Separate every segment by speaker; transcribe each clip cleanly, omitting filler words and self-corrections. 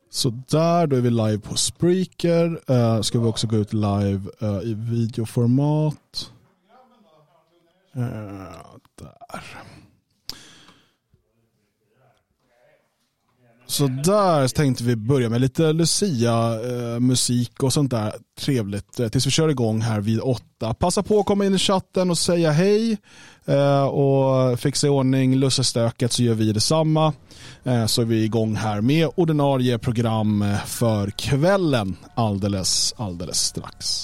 Speaker 1: Så där, då är vi live på Spreaker. Ska vi också gå ut live i videoformat. Där. Så där tänkte vi börja med lite Lucia-musik och sånt där trevligt tills vi kör igång här vid 8. Passa på att komma in i chatten och säga hej och fixa i ordning lussestöket, så gör vi detsamma. Så är vi igång här med ordinarie program för kvällen alldeles strax.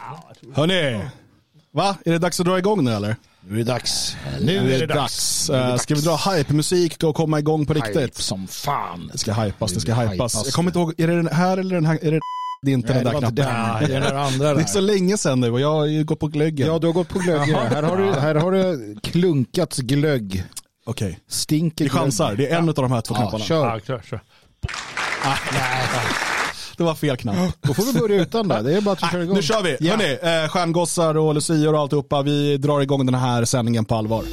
Speaker 1: Hörrni, va? Är det dags att dra igång nu eller?
Speaker 2: Nu är det dags.
Speaker 1: Nu är det dags. Ska vi dra hype-musik och komma igång på riktigt?
Speaker 2: Hype som fan.
Speaker 1: Det ska hypas. Jag kommer inte ihåg, är det den här eller den här? Är det inte den där knappen?
Speaker 2: Det är den andra där.
Speaker 1: Det är så länge sedan nu och jag har ju gått på glöggen.
Speaker 2: Ja, du har gått på glöggen. Här har du klunkats glögg.
Speaker 1: Okej.
Speaker 2: Stinker.
Speaker 1: Vi chansar. Det är en av de här två knapparna.
Speaker 2: Kör.
Speaker 3: Kör.
Speaker 1: Nej. Det var fel knapp.
Speaker 2: Då får vi börja utan det. Det är bara att vi kör igång.
Speaker 1: Nu kör vi.
Speaker 2: Ja.
Speaker 1: Hörrni, stjärngossar och lucior och alltihopa. Vi drar igång den här sändningen på allvar.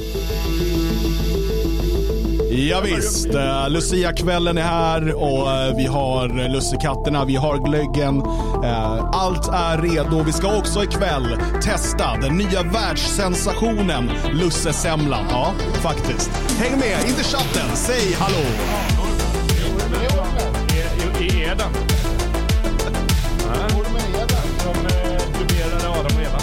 Speaker 1: Ja visst, Lucia-kvällen är här och vi har lussekatterna, vi har glöggen. Allt är redo. Vi ska också ikväll testa den nya världssensationen lussesemlan. Ja, faktiskt. Häng med, inte chatten, säg hallå.
Speaker 3: I Eden. Som duberade Adam och Eva.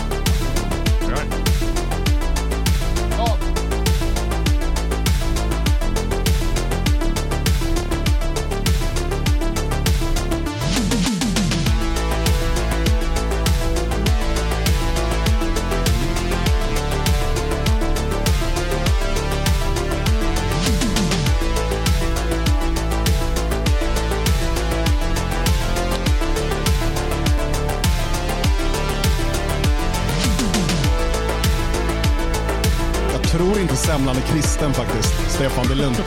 Speaker 1: Jag tror inte semlan är kristen faktiskt. Stefan, det är lugnt.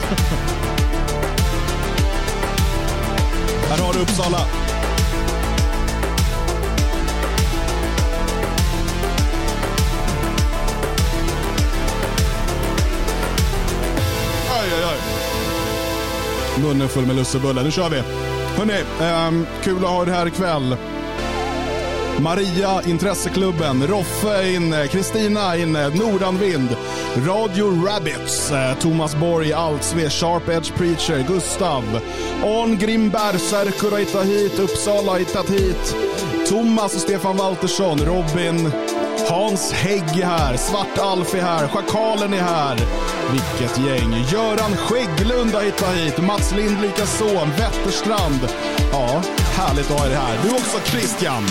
Speaker 1: Här har du Uppsala. Aj. Munnen full med lussebullar. Nu kör vi. Hörrni, kul att ha det här ikväll. Maria, Intresseklubben, Roffe in, Kristina in, Nordanvind, Radio Rabbits, Thomas Borg, Altsve, Sharp Edge Preacher, Gustav, On Grimberg, Serkura hittat hit, Uppsala hittat hit, Thomas och Stefan Waltersson, Robin, Hans Hägg är här, Svart Alf är här, Schakalen är här. Vilket gäng. Göran Skägglund har hittat hit, Mats Lind likaså, Wetterstrand. Ja, härligt att ha er här. Du också Christian.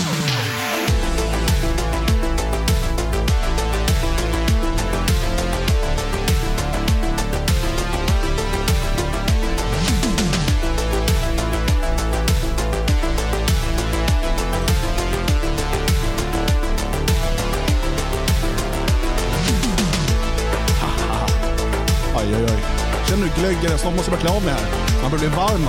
Speaker 1: Känner du glöggen? Snart måste jag bli klar med här. Man börjar bli varm.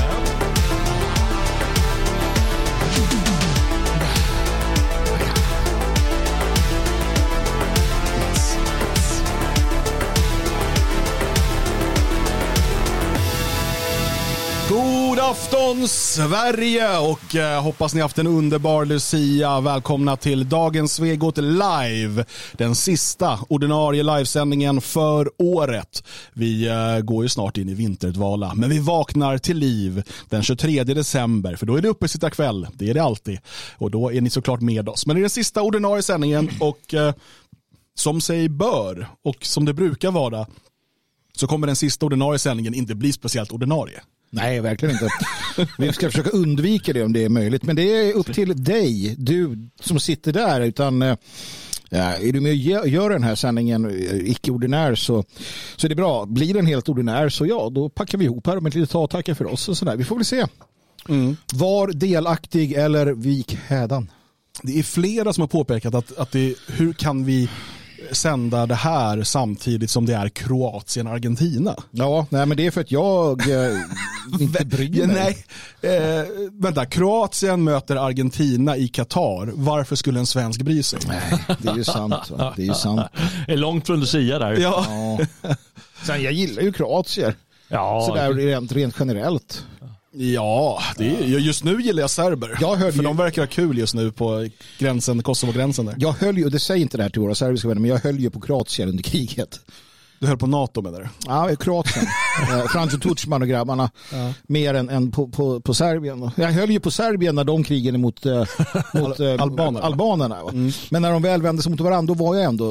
Speaker 1: God afton Sverige och hoppas ni haft en underbar Lucia. Välkomna till dagens Svegot live. Den sista ordinarie livesändningen för året. Vi går ju snart in i vinterdvala, men vi vaknar till liv den 23 december för då är det uppesittarkväll. Det är det alltid och då är ni såklart med oss. Men det är den sista ordinarie sändningen och som sig bör och som det brukar vara så kommer den sista ordinarie sändningen inte bli speciellt ordinarie.
Speaker 2: Nej, verkligen inte. Vi ska försöka undvika det om det är möjligt. Men det är upp till dig, du som sitter där. Utan är du med och gör den här sändningen icke-ordinär så är det bra. Blir den helt ordinär så ja, då packar vi ihop här om ett litet tag och tackar för oss. Och sådär. Vi får väl se. Var delaktig eller vik hädan.
Speaker 1: Det är flera som har påpekat att hur kan vi sända det här samtidigt som det är Kroatien-Argentina.
Speaker 2: Ja, nej, men det är för att jag inte bryr mig.
Speaker 1: Nej, vänta, Kroatien möter Argentina i Qatar. Varför skulle en svensk bry sig?
Speaker 2: Nej, det är ju sant. Va? Det är ju sant.
Speaker 3: Det är långt från Lucia där.
Speaker 1: Ja.
Speaker 2: Sen jag gillar ju kroatier.
Speaker 3: Ja.
Speaker 2: Så där rent generellt.
Speaker 1: Ja, just nu gillar jag serber. För de verkar ha kul just nu på gränsen, Kosovo-gränsen där.
Speaker 2: Jag höll ju, och det säger inte det här till våra serbiska vänner, men jag höll ju på Kroatien under kriget.
Speaker 1: Du höll på NATO menar du?
Speaker 2: Ja, Kroatien. Franjo Tudjman och grabbarna. Ja. Mer än på Serbien. Jag höll ju på Serbien när de krigade mot albanerna. Va? Men när de väl vände sig mot varandra, då var jag ändå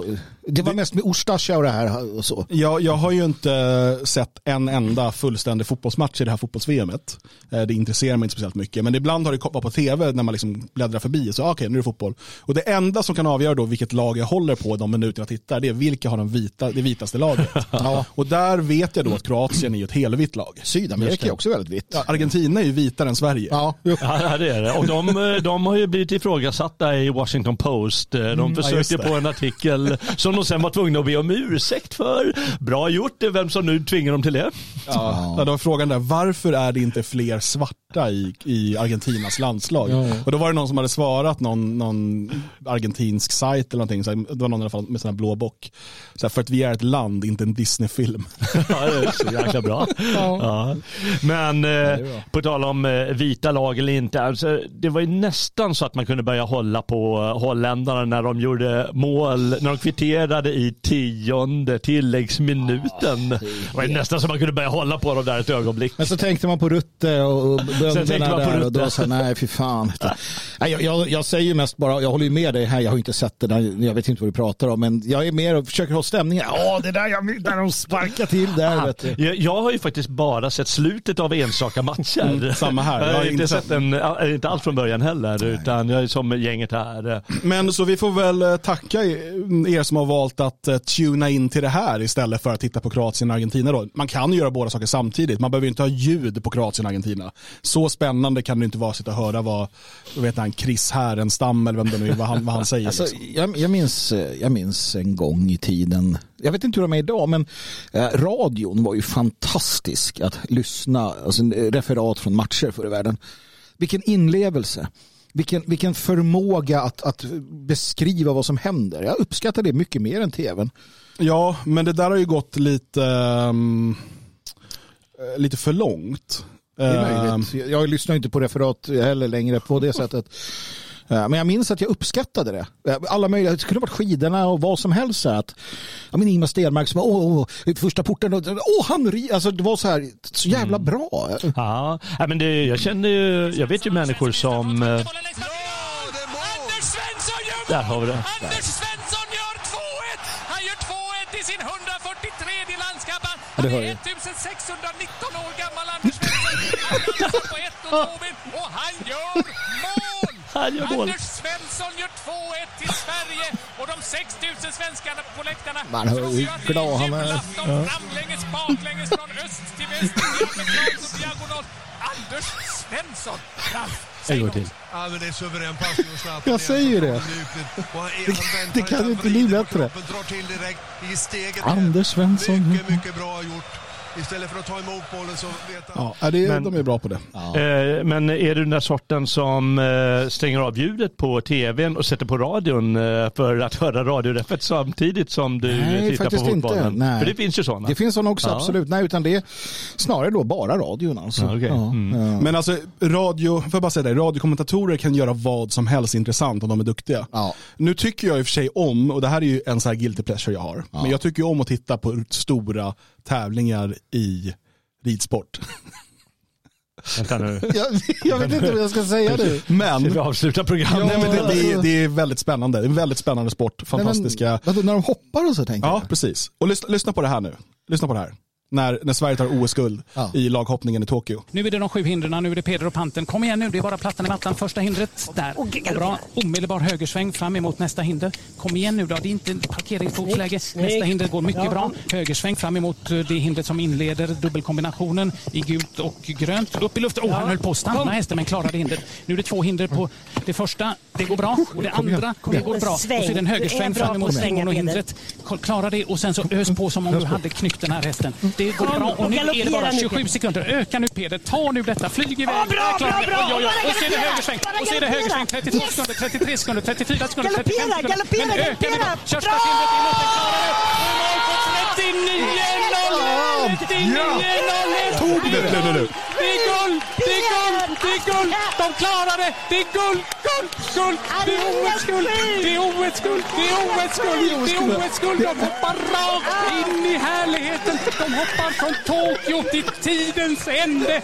Speaker 2: Det var mest med Ustasja och det här och så.
Speaker 1: Jag har ju inte sett en enda fullständig fotbollsmatch i det här fotbolls-VMet. Det intresserar mig inte speciellt mycket. Men ibland har det kopplat på tv när man liksom bläddrar förbi. Så okej, nu är det fotboll. Och det enda som kan avgöra då vilket lag jag håller på de minuterna jag tittar, det är vilka har det vitaste laget. Ja. Och där vet jag då att Kroatien är ju ett helvitt lag.
Speaker 2: Sydamerika är också väldigt vitt.
Speaker 1: Ja, Argentina är ju vitare än Sverige.
Speaker 3: Ja, det är det. Och de har ju blivit ifrågasatta i Washington Post. De försökte på en artikel som de sen var tvungna att be om ursäkt för. Bra gjort, vem som nu tvingar dem till det.
Speaker 1: Ja, då var frågan där, varför är det inte fler svarta i Argentinas landslag? Ja. Och då var det någon som hade svarat, någon argentinsk sajt eller någonting. Så det var någon i alla fall med sån här blå bock. Så här, för att vi är ett land, inte en Disney-film.
Speaker 3: Ja, det är så jäkla bra. Ja. Men på tal om vita lag eller inte, alltså, det var ju nästan så att man kunde börja hålla på holländarna när de gjorde mål, när de kvitterade i 10:e tilläggsminuten. Det var ju nästan så man kunde börja hålla på dem där ett ögonblick.
Speaker 2: Men så tänkte man på Rutte och bönderna där och då så nej fy fan. Jag säger mest bara, jag håller ju med dig här, jag har inte sett det där, jag vet inte vad du pratar om, men jag är mer och försöker ha stämningen. Det där de sparkar till där. Vet du.
Speaker 3: Jag har ju faktiskt bara sett slutet av enstaka matcher.
Speaker 1: Samma här.
Speaker 3: Jag har inte sett inte allt från början heller, utan jag är som gänget här.
Speaker 1: Men så vi får väl tacka er som har valt att tuna in till det här istället för att titta på Kroatien och Argentina då. Man kan ju göra båda saker samtidigt. Man behöver inte ha ljud på Kroatien och Argentina. Så spännande kan det inte vara att sitta och höra vad Chris Härenstam eller vem det nu är, vad han säger.
Speaker 2: Alltså,
Speaker 1: liksom.
Speaker 2: jag minns en gång i tiden, jag vet inte hur de är idag, men radion var ju fantastisk att lyssna, alltså referat från matcher förr i världen. Vilken inlevelse. Vilken förmåga att beskriva vad som händer. Jag uppskattar det mycket mer än tvn.
Speaker 1: Ja, men det där har ju gått lite för långt.
Speaker 2: Det är möjligt. Jag lyssnar inte på referat heller längre på det sättet. Men jag minns att jag uppskattade det. Alla möjliga, det kunde varit skidorna och vad som helst. Att, Ingmar Stenmark som första porten. Alltså det var så jävla bra.
Speaker 3: Ja, men jag vet ju människor som... Där har vi det.
Speaker 4: Anders Svensson gör 2-1. Han gör 2-1 i sin 143:e landskamp. Han är 1619 år gammal, Anders Svensson. På ett och han gör mål. Anders Svensson gör 2-1 till Sverige och de 6000 svenskarna på läktarna tror ju att det är julafton framlänges, baklänges, från öst till väst, diametralt och diagonalt. Anders Svensson,
Speaker 3: en gång till.
Speaker 5: Ja, men det är suverän passning och snabbt.
Speaker 2: Jag säger det. Det kan inte bli bättre. Anders Svensson.
Speaker 5: Mycket bra gjort. Istället för att ta emot bollen så vet han...
Speaker 1: Ja, de är bra på det.
Speaker 3: Ja. Men är du den där sorten som stänger av ljudet på tvn och sätter på radion för att höra radiorefet samtidigt som du tittar på fotbollen?
Speaker 2: Inte. Nej.
Speaker 3: För det finns ju sådana.
Speaker 2: Det finns sådana också, absolut. Nej, utan det är snarare då bara radion. Alltså.
Speaker 3: Ja, okay.
Speaker 1: Men alltså, radiokommentatorer kan göra vad som helst intressant om de är duktiga. Ja. Nu tycker jag i och för sig om, och det här är ju en sån här guilty pleasure jag har, men jag tycker om att titta på stora tävlingar i ridsport.
Speaker 3: Vänta nu.
Speaker 2: Jag vet inte vad jag ska säga nu.
Speaker 1: Men
Speaker 3: ska vi avsluta programmet?
Speaker 1: Nej, men det är väldigt spännande. Det är en väldigt spännande sport. Fantastiska.
Speaker 2: Men, när de hoppar och så tänker jag.
Speaker 1: Ja, precis. Och lyssna på det här nu. Lyssna på det här. När Sverige tar OS-guld i laghoppningen i Tokyo.
Speaker 4: Nu är det de 7 hindren, nu är det Peder och Panten. Kom igen nu, det är bara plattan i mattan. Första hindret, där. Bra, omedelbar högersväng fram emot nästa hinder. Kom igen nu då, det är inte parkeringsfotsläge. Nästa hinder går mycket bra. Högersväng fram emot det hindret som inleder dubbelkombinationen i gult och grönt. Upp i luften, han höll på att stanna hästen men klarade hindret. Nu är det 2 hinder på det första, det går bra. Och det andra, det går bra. Och så är det en högersväng fram emot hindret. Klara det och sen så ös på som om du hade knyckt den här hästen. Det går bra och nu är det bara 27 sekunder. Öka nu Peder, ta nu detta, flyg iväg.
Speaker 6: Bra.
Speaker 4: Och så är det högersväng. Och så är det högersväng. 32 sekunder, 33 sekunder, 34 sekunder, 35 sekunder. Men öka nu då. Körsta hindret in och klarar det. 39-0. Det är guld. De klarar det. Det är guld. Det är OS-guld. De hoppar rakt in i härligheten. De hoppar från Tokyo till tidens ände.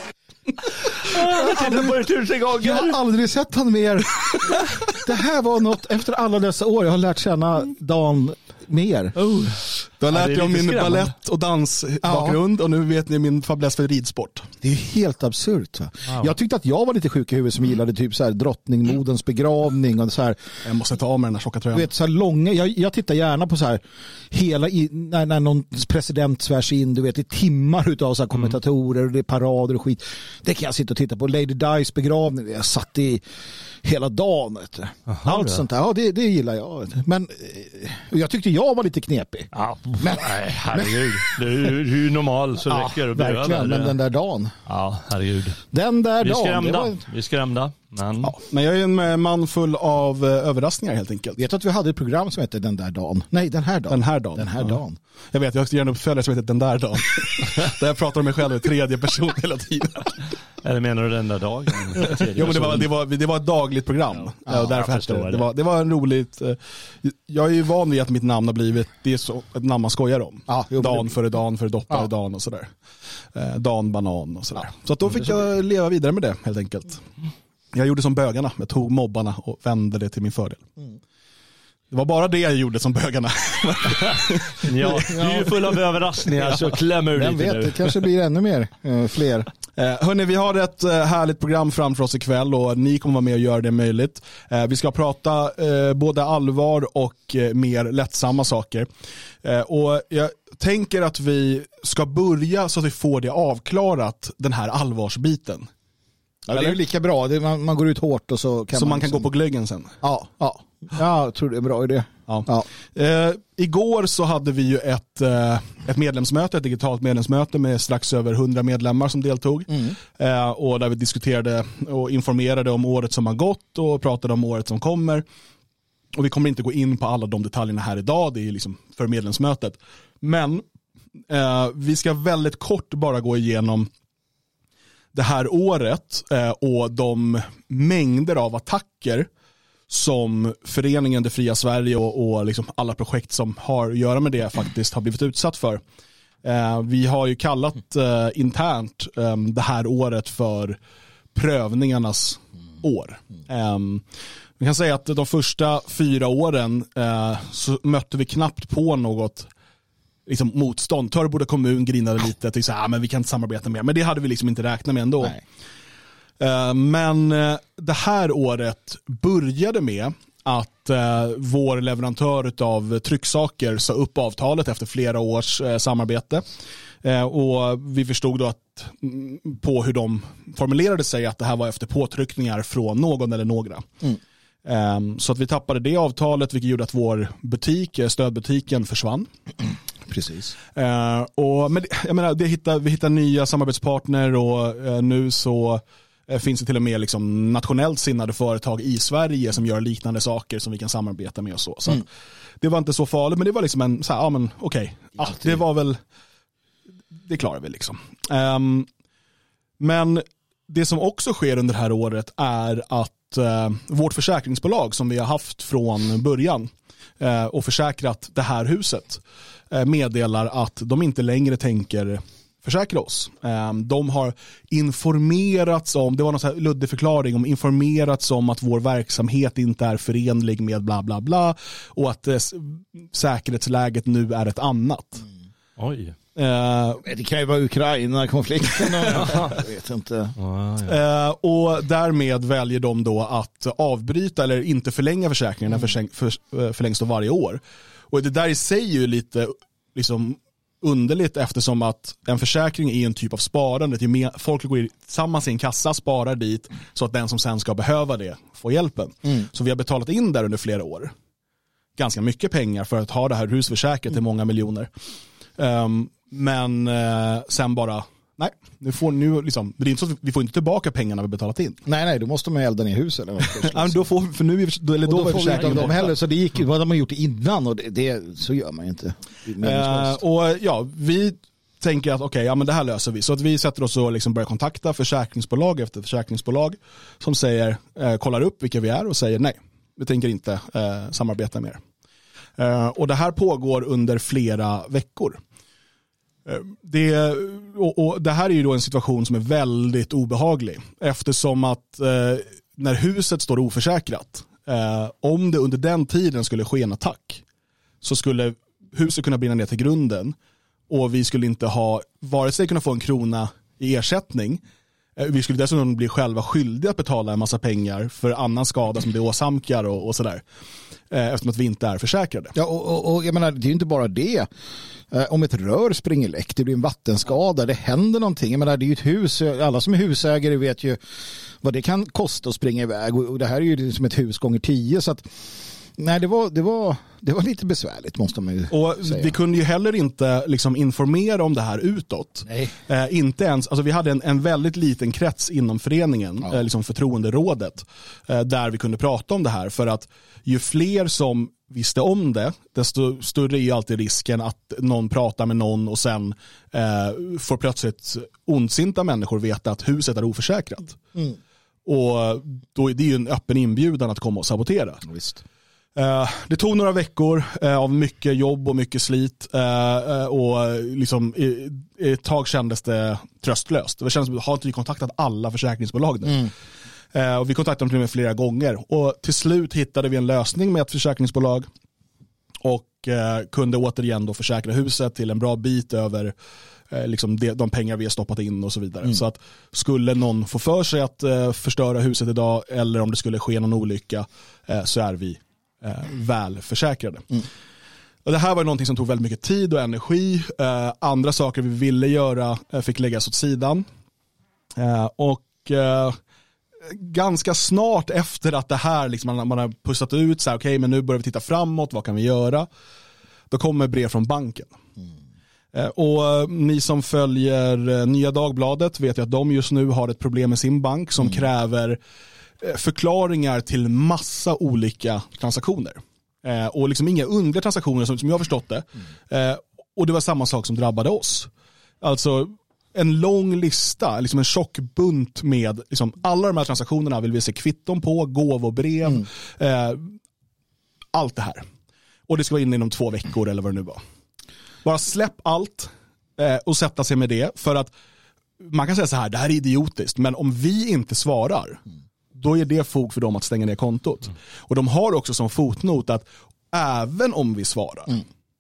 Speaker 2: Jag har aldrig sett han mer. Det här var något, efter alla dessa år jag har lärt känna Dan mer.
Speaker 1: Då har
Speaker 3: Ja, det
Speaker 1: lärt
Speaker 3: är
Speaker 1: jag om
Speaker 3: lite
Speaker 1: min
Speaker 3: skrämmande.
Speaker 1: ballett- och dansbakgrund och nu vet ni min fäbless för ridsport.
Speaker 2: Det är helt absurt. Va?
Speaker 3: Wow.
Speaker 2: Jag tyckte att jag var lite sjuk i huvudet som gillade typ så här drottningmodens begravning och så här.
Speaker 1: Jag måste ta av mig den här tjocka
Speaker 2: Du
Speaker 1: tröjan.
Speaker 2: vet, så här långa, jag tittar gärna på så här när någon president svärs in, du vet, i timmar utav så här kommentatorer och det är parader och skit. Det kan jag sitta och titta på. Lady Di's begravning, jag satt i hela dagen. Vet du. Allt sånt där, ja, det gillar jag. Vet du. Men jag tyckte jag var lite knepig.
Speaker 3: Ja, nej, herregud. Du är ju normal så räcker det.
Speaker 2: Verkligen, men den där dagen.
Speaker 3: Ja, herregud.
Speaker 2: Den där
Speaker 3: Vi är
Speaker 2: dagen.
Speaker 3: skrämda. Vi är skrämda. Men...
Speaker 1: Ja, men jag är en man full av överraskningar helt enkelt.
Speaker 2: Vet du att vi hade ett program som hette Den där dagen? Nej, den här dagen.
Speaker 1: Den här dagen.
Speaker 2: Den här dagen.
Speaker 1: Jag vet, jag har en uppföljare som heter Den där dagen. Där jag pratar om mig själv i tredje person hela tiden.
Speaker 3: Eller menar du den där dagen?
Speaker 1: Jo, men det var ett dagligt program.
Speaker 2: Ja,
Speaker 1: och därför
Speaker 3: jag förstår
Speaker 1: det. Det var en roligt... Jag är ju van vid att mitt namn har blivit... Det är så ett namn man skojar om.
Speaker 2: Ja, jo,
Speaker 1: Dan före doppare dagen och sådär. Dan, banan och sådär. Så att då fick jag leva vidare med det helt enkelt. Jag gjorde som bögarna. Jag tog mobbarna och vände det till min fördel. Det var bara det jag gjorde som bögarna.
Speaker 3: Ja, du är ju full av överraskningar så klämmer du
Speaker 2: Vem
Speaker 3: lite
Speaker 2: vet,
Speaker 3: nu.
Speaker 2: det kanske blir ännu mer, fler.
Speaker 1: Hörrni, vi har ett härligt program framför oss ikväll och ni kommer vara med och göra det möjligt. Vi ska prata både allvar och mer lättsamma saker. Och jag tänker att vi ska börja så att vi får det avklarat, den här allvarsbiten.
Speaker 2: Ja, det är ju lika bra, man går ut hårt och så kan
Speaker 1: så man kan
Speaker 2: liksom
Speaker 1: gå på glöggen sen.
Speaker 2: Ja, jag tror det är en bra idé.
Speaker 1: Ja. Igår så hade vi ju ett medlemsmöte, ett digitalt medlemsmöte med strax över 100 medlemmar som deltog. Och där vi diskuterade och informerade om året som har gått och pratade om året som kommer. Och vi kommer inte gå in på alla de detaljerna här idag, det är liksom för medlemsmötet. Men vi ska väldigt kort bara gå igenom det här året och de mängder av attacker som föreningen Det fria Sverige och liksom alla projekt som har att göra med det faktiskt har blivit utsatt för. Vi har ju kallat internt det här året för prövningarnas år. Vi kan säga att de första 4 åren så mötte vi knappt på något liksom motstånd. Töreboda kommun grinade lite till men vi kan inte samarbeta mer. Men det hade vi liksom inte räknat med ändå.
Speaker 2: Nej.
Speaker 1: Men det här året började med att vår leverantör av trycksaker sa upp avtalet efter flera års samarbete. Och vi förstod då att på hur de formulerade sig att det här var efter påtryckningar från någon eller några. Så att vi tappade det avtalet, vilket gjorde att vår butik, stödbutiken, försvann.
Speaker 2: Precis.
Speaker 1: Men jag menar, vi hittar nya samarbetspartner och nu så finns det till och med liksom nationellt sinnade företag i Sverige som gör liknande saker som vi kan samarbeta med och så. Så det var inte så farligt, men det var liksom en så här, okej. Ja, det var väl, det klarar vi liksom. Men det som också sker under det här året är att vårt försäkringsbolag som vi har haft från början och försäkrat det här huset meddelar att de inte längre tänker försäkra oss. De har informerats om, det var någon så här luddig förklaring, om informerats om att vår verksamhet inte är förenlig med bla bla bla och att säkerhetsläget nu är ett annat.
Speaker 3: Oj.
Speaker 2: Det kan ju vara Ukraina-konflikten. Jag vet inte.
Speaker 1: Och därmed väljer de då att avbryta eller inte förlänga försäkringen. Den förlängs då varje år. Och det där i sig är ju lite liksom underligt eftersom att en försäkring är en typ av sparande. Folk går tillsammans i en kassa, sparar dit så att den som sen ska behöva det får hjälpen. Så vi har betalat in där under flera år. Ganska mycket pengar för att ha det här husförsäkrat till många miljoner. Men sen bara nej, det är inte så att vi får inte tillbaka pengarna vi betalat in.
Speaker 2: Nej, då måste man elda ner huset.
Speaker 1: Då var försäkringen
Speaker 2: de heller, så det gick ju vad de har gjort innan och så gör man inte.
Speaker 1: Vi tänker att men det här löser vi. Så att vi sätter oss och liksom börjar kontakta försäkringsbolag efter försäkringsbolag som säger, kollar upp vilka vi är och säger nej, vi tänker inte samarbeta mer. Och det här pågår under flera veckor. Det här är ju då en situation som är väldigt obehaglig eftersom att när huset står oförsäkrat, om det under den tiden skulle ske en attack så skulle huset kunna brinna ner till grunden och vi skulle inte ha vare sig kunna få en krona i ersättning. Vi skulle dessutom bli själva skyldiga att betala en massa pengar för annan skada som det åsamkar och sådär. Eftersom att vi inte är försäkrade.
Speaker 2: Ja, och jag menar, det är ju inte bara det. Om ett rör springer läck, det blir en vattenskada, det händer någonting. Jag menar, det är ju ett hus, alla som är husägare vet ju vad det kan kosta att springa iväg. Och det här är ju som ett hus gånger 10, så att nej, det var lite besvärligt, måste man ju säga.
Speaker 1: Vi kunde ju heller inte liksom informera om det här utåt. Inte ens, alltså vi hade en väldigt liten krets inom föreningen, liksom förtroenderådet, där vi kunde prata om det här. För att ju fler som visste om det, desto större är ju alltid risken att någon pratar med någon och sen får plötsligt ondsinta människor veta att huset är oförsäkrat. Och då är det ju en öppen inbjudan att komma och sabotera.
Speaker 2: Visst.
Speaker 1: Det tog några veckor av mycket jobb och mycket slit och liksom ett tag kändes det tröstlöst. Det kändes som att har inte vi kontaktat alla försäkringsbolag nu. Och vi kontaktade dem till och med flera gånger och till slut hittade vi en lösning med ett försäkringsbolag och kunde återigen då försäkra huset till en bra bit över liksom de pengar vi har stoppat in och så vidare. Så att skulle någon få för sig att förstöra huset idag eller om det skulle ske någon olycka så är vi väl försäkrade. Och det här var någonting som tog väldigt mycket tid och energi. Andra saker vi ville göra fick läggas åt sidan. Och ganska snart efter att det här liksom, man har pussat ut så här, okej, men nu börjar vi titta framåt, vad kan vi göra? Då kommer brev från banken. Och ni som följer Nya Dagbladet vet ju att de just nu har ett problem med sin bank som kräver förklaringar till massa olika transaktioner. Och liksom inga underliga transaktioner som jag har förstått det. Och det var samma sak som drabbade oss. Alltså en lång lista, liksom en tjock bunt med liksom alla de här transaktionerna vill vi se kvitton på, gåvobrev, allt det här. Och det ska vara inne inom 2 veckor eller vad det nu var. Bara släpp allt och sätta sig med det, för att man kan säga så här, det här är idiotiskt, men om vi inte svarar då är det fog för dem att stänga ner kontot. Och de har också som fotnot att även om vi svarar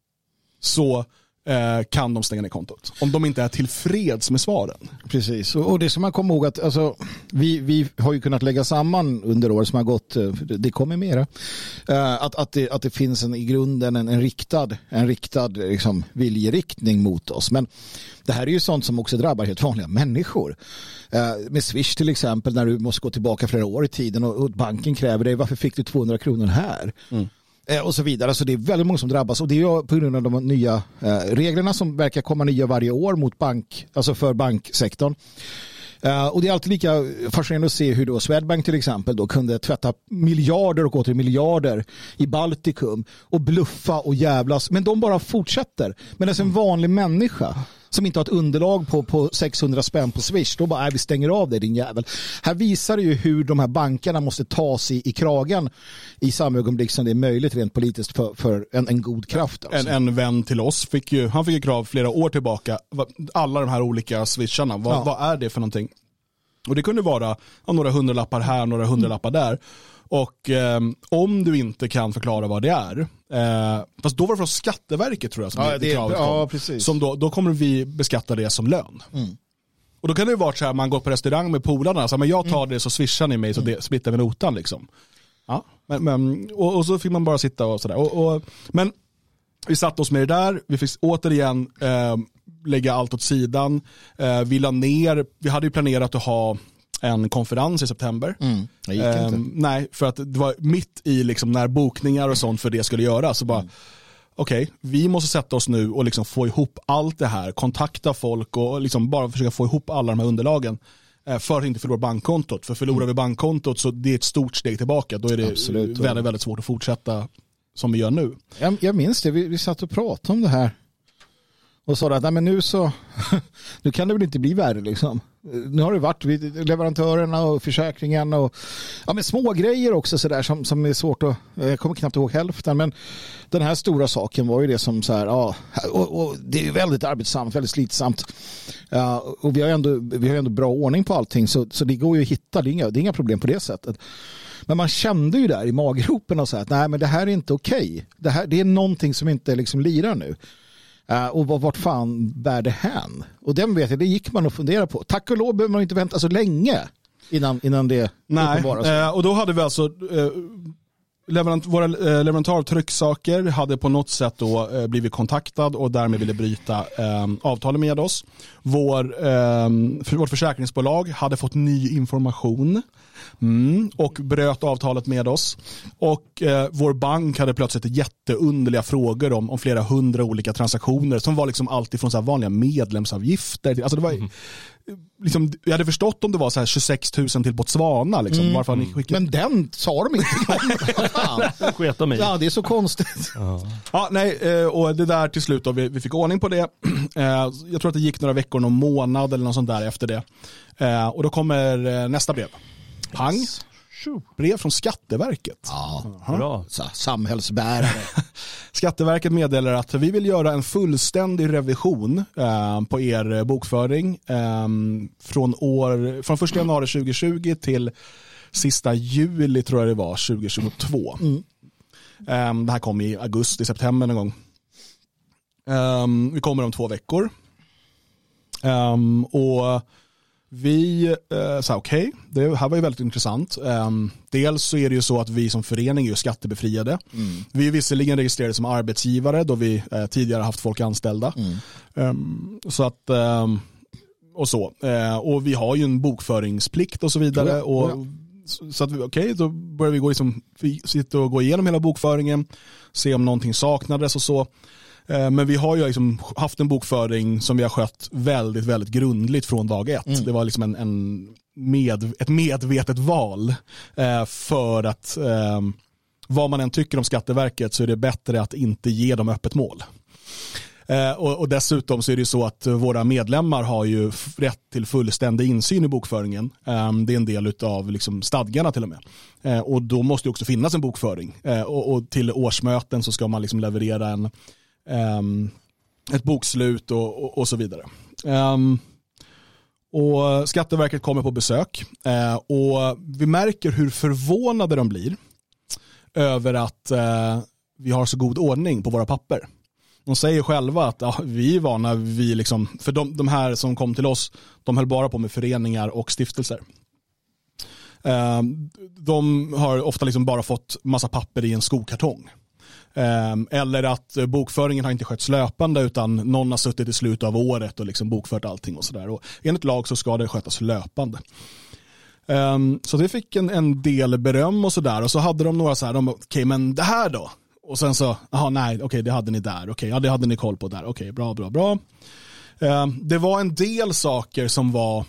Speaker 1: så kan de stänga ner kontot. Om de inte är tillfreds med svaren.
Speaker 2: Precis, och det som man kommer ihåg att alltså, vi har ju kunnat lägga samman under året som har gått, det kommer mera, att det finns i grunden en riktad liksom, viljeriktning mot oss. Men det här är ju sånt som också drabbar helt vanliga människor. Med Swish till exempel, när du måste gå tillbaka flera år i tiden och banken kräver dig, varför fick du 200 kronor här? Och så vidare. Alltså det är väldigt många som drabbas, och det är på grund av de nya reglerna som verkar komma nya varje år mot alltså för banksektorn. Och det är alltid lika fascinerande att se hur då Swedbank till exempel då kunde tvätta miljarder och åter miljarder i Baltikum och bluffa och jävlas, men de bara fortsätter. Men det är en vanlig människa som inte har ett underlag på 600 spänn på Swish, då bara vi stänger av det, din jävel. Här visar det ju hur de här bankerna måste ta sig i kragen i samma ögonblick som det är möjligt rent politiskt för en god kraft. Alltså. En
Speaker 1: vän till oss fick ju krav flera år tillbaka, alla de här olika swisharna, vad är det för någonting? Och det kunde vara några hundralappar här, några hundralappar där. Och om du inte kan förklara vad det är, fast då var det från Skatteverket tror jag som det kravet kom.
Speaker 2: Precis.
Speaker 1: Som då kommer vi beskatta det som lön. Och då kan det ju vara så här, man går på restaurang med polarna, så men jag tar det så swishar ni mig så det splittar vi notan liksom. Ja, och så fick man bara sitta och sådär. Men vi satt oss med det där, vi fick återigen lägga allt åt sidan. Vi hade ju planerat att ha en konferens i september.
Speaker 2: Det gick inte.
Speaker 1: Nej, för att det var mitt i liksom när bokningar och sånt för det skulle göras. Så bara, okej, vi måste sätta oss nu och liksom få ihop allt det här, kontakta folk och liksom bara försöka få ihop alla de här underlagen för att inte förlora bankkontot. För förlorar vi bankkontot så det är ett stort steg tillbaka. Då är det väldigt, väldigt svårt att fortsätta som vi gör nu.
Speaker 2: Jag minns det, vi satt och pratade om det här och sa att nej, men nu kan det väl inte bli värre liksom. Nu har det varit vid leverantörerna och försäkringen och men små grejer också så där som är svårt att, jag kommer knappt ihåg hälften, men den här stora saken var ju det som så här, och det är ju väldigt arbetsamt, väldigt slitsamt. Och vi har ändå bra ordning på allting, så det går ju att hitta, det är inga problem på det sättet. Men man kände ju där i maggropen och så att nej, men det här är inte okej. Det är någonting som inte liksom lirar nu. Och vart fan bär det hän? Och den vet jag, det gick man att fundera på. Tack och lov behöver man inte vänta så länge innan det
Speaker 1: uppenbaras. Och då hade vi alltså våra leverantörer av trycksaker hade på något sätt då blivit kontaktad och därmed ville bryta avtalet med oss. Vårt försäkringsbolag hade fått ny information och bröt avtalet med oss. Och vår bank hade plötsligt jätteunderliga frågor om flera 100 olika transaktioner som var liksom allt ifrån så här vanliga medlemsavgifter. Alltså det var liksom, jag hade förstått om det var så här 26 000 till Botswana liksom, varför ni skickade.
Speaker 2: Men den sa de inte.
Speaker 3: Sket de i.
Speaker 2: Ja, det är så konstigt.
Speaker 1: Och det där till slut då, vi fick ordning på det. Jag tror att det gick några veckor, någon månad eller något sånt där efter det. Och då kommer nästa brev. Pang. Brev från Skatteverket.
Speaker 2: Bra. Samhällsbärare.
Speaker 1: Skatteverket meddelar att vi vill göra en fullständig revision på er bokföring från 1 januari 2020 till sista juli tror jag det var 2022. Det här kom i augusti, september någon gång. Vi kommer om 2 veckor. Och vi sa okej, det här var ju väldigt intressant. Dels så är det ju så att vi som förening är skattebefriade. Vi är visserligen registrerade som arbetsgivare då vi tidigare haft folk anställda. Så att och så. Och vi har ju en bokföringsplikt och så vidare. Så att då börjar vi sitta och gå igenom hela bokföringen, se om någonting saknades och så. Men vi har ju liksom haft en bokföring som vi har skött väldigt, väldigt grundligt från dag 1. Det var liksom ett medvetet val för att vad man än tycker om Skatteverket så är det bättre att inte ge dem öppet mål. Och dessutom så är det ju så att våra medlemmar har ju rätt till fullständig insyn i bokföringen. Det är en del av liksom stadgarna till och med. Och då måste det också finnas en bokföring. Och till årsmöten så ska man liksom leverera ett bokslut och så vidare. Och Skatteverket kommer på besök och vi märker hur förvånade de blir över att vi har så god ordning på våra papper. De säger själva att vi är vana liksom, för de här som kom till oss, de höll bara på med föreningar och stiftelser. De har ofta liksom bara fått massa papper i en skokartong. Eller att bokföringen har inte skötts löpande utan någon har suttit i slutet av året och liksom bokfört allting och sådär. Och enligt lag så ska det skötas löpande. Så det fick en del beröm och sådär. Och så hade de några så här, okej, men det här då? Och sen så, det hade ni där. Okej, det hade ni koll på där. Okej, bra. Det var en del saker som var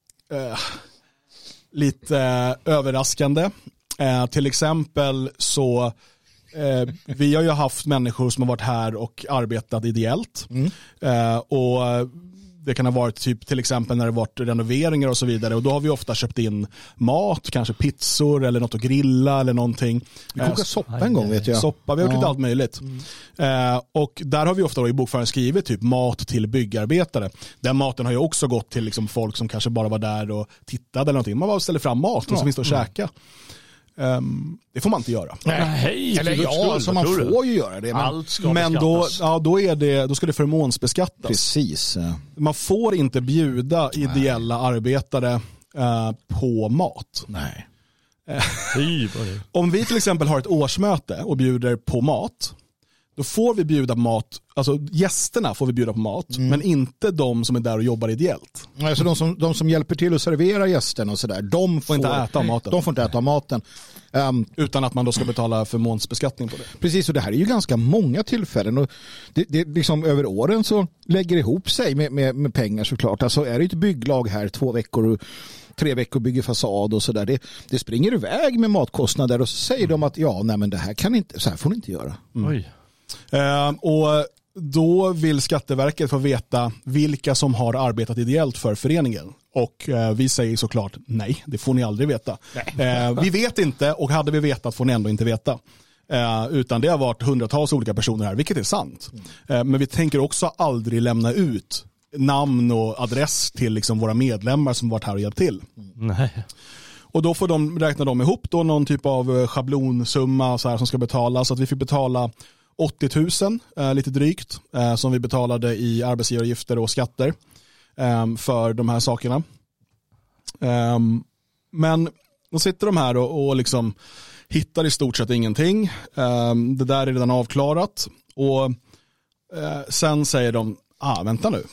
Speaker 1: lite överraskande. Till exempel så vi har ju haft människor som har varit här och arbetat ideellt. Och det kan ha varit typ till exempel när det varit renoveringar och så vidare. Och då har vi ofta köpt in mat, kanske pizzor eller något att grilla eller någonting.
Speaker 2: Vi kokar soppa en gång vet jag.
Speaker 1: Soppa, vi har gjort allt möjligt. Och där har vi ofta då i bokföringen skrivit typ mat till byggarbetare. Den maten har ju också gått till liksom folk som kanske bara var där och tittade eller någonting. Man bara ställer fram mat och så finns det att käka. Det får man inte göra.
Speaker 3: Nej,
Speaker 2: eller alltså man får ju göra det.
Speaker 3: Men
Speaker 1: då ska det förmånsbeskattas.
Speaker 2: Precis.
Speaker 1: Man får inte bjuda ideella arbetare på mat.
Speaker 2: Nej.
Speaker 1: Om vi till exempel har ett årsmöte och bjuder på mat, då får vi bjuda mat, alltså gästerna får vi bjuda på mat, men inte de som är där och jobbar ideellt.
Speaker 2: Alltså de som hjälper till att servera gästerna och sådär, de får inte äta maten. De får inte äta maten.
Speaker 1: Utan att man då ska betala förmånsbeskattning på det.
Speaker 2: Precis, och det här är ju ganska många tillfällen. Och det liksom över åren så lägger det ihop sig med pengar såklart. Alltså är det ett bygglag här 2 veckor och 3 veckor bygger fasad och sådär. Det springer iväg med matkostnader och så säger de att men det här kan inte, så här får ni inte göra.
Speaker 1: Och då vill Skatteverket få veta vilka som har arbetat ideellt för föreningen. Och vi säger såklart nej, det får ni aldrig veta. Vi vet inte, och hade vi vetat får ni ändå inte veta. Utan det har varit hundratals olika personer här, vilket är sant. Men vi tänker också aldrig lämna ut namn och adress till liksom våra medlemmar som varit här och hjälpt till.
Speaker 3: Nej.
Speaker 1: Och då får de räkna dem ihop då någon typ av schablonsumma så här, som ska betalas. Så att vi fick betala 80 000 lite drygt som vi betalade i arbetsgivaravgifter och skatter för de här sakerna. Men då sitter de här och liksom hittar i stort sett ingenting. Det där är redan avklarat. Och sen säger de, vänta nu.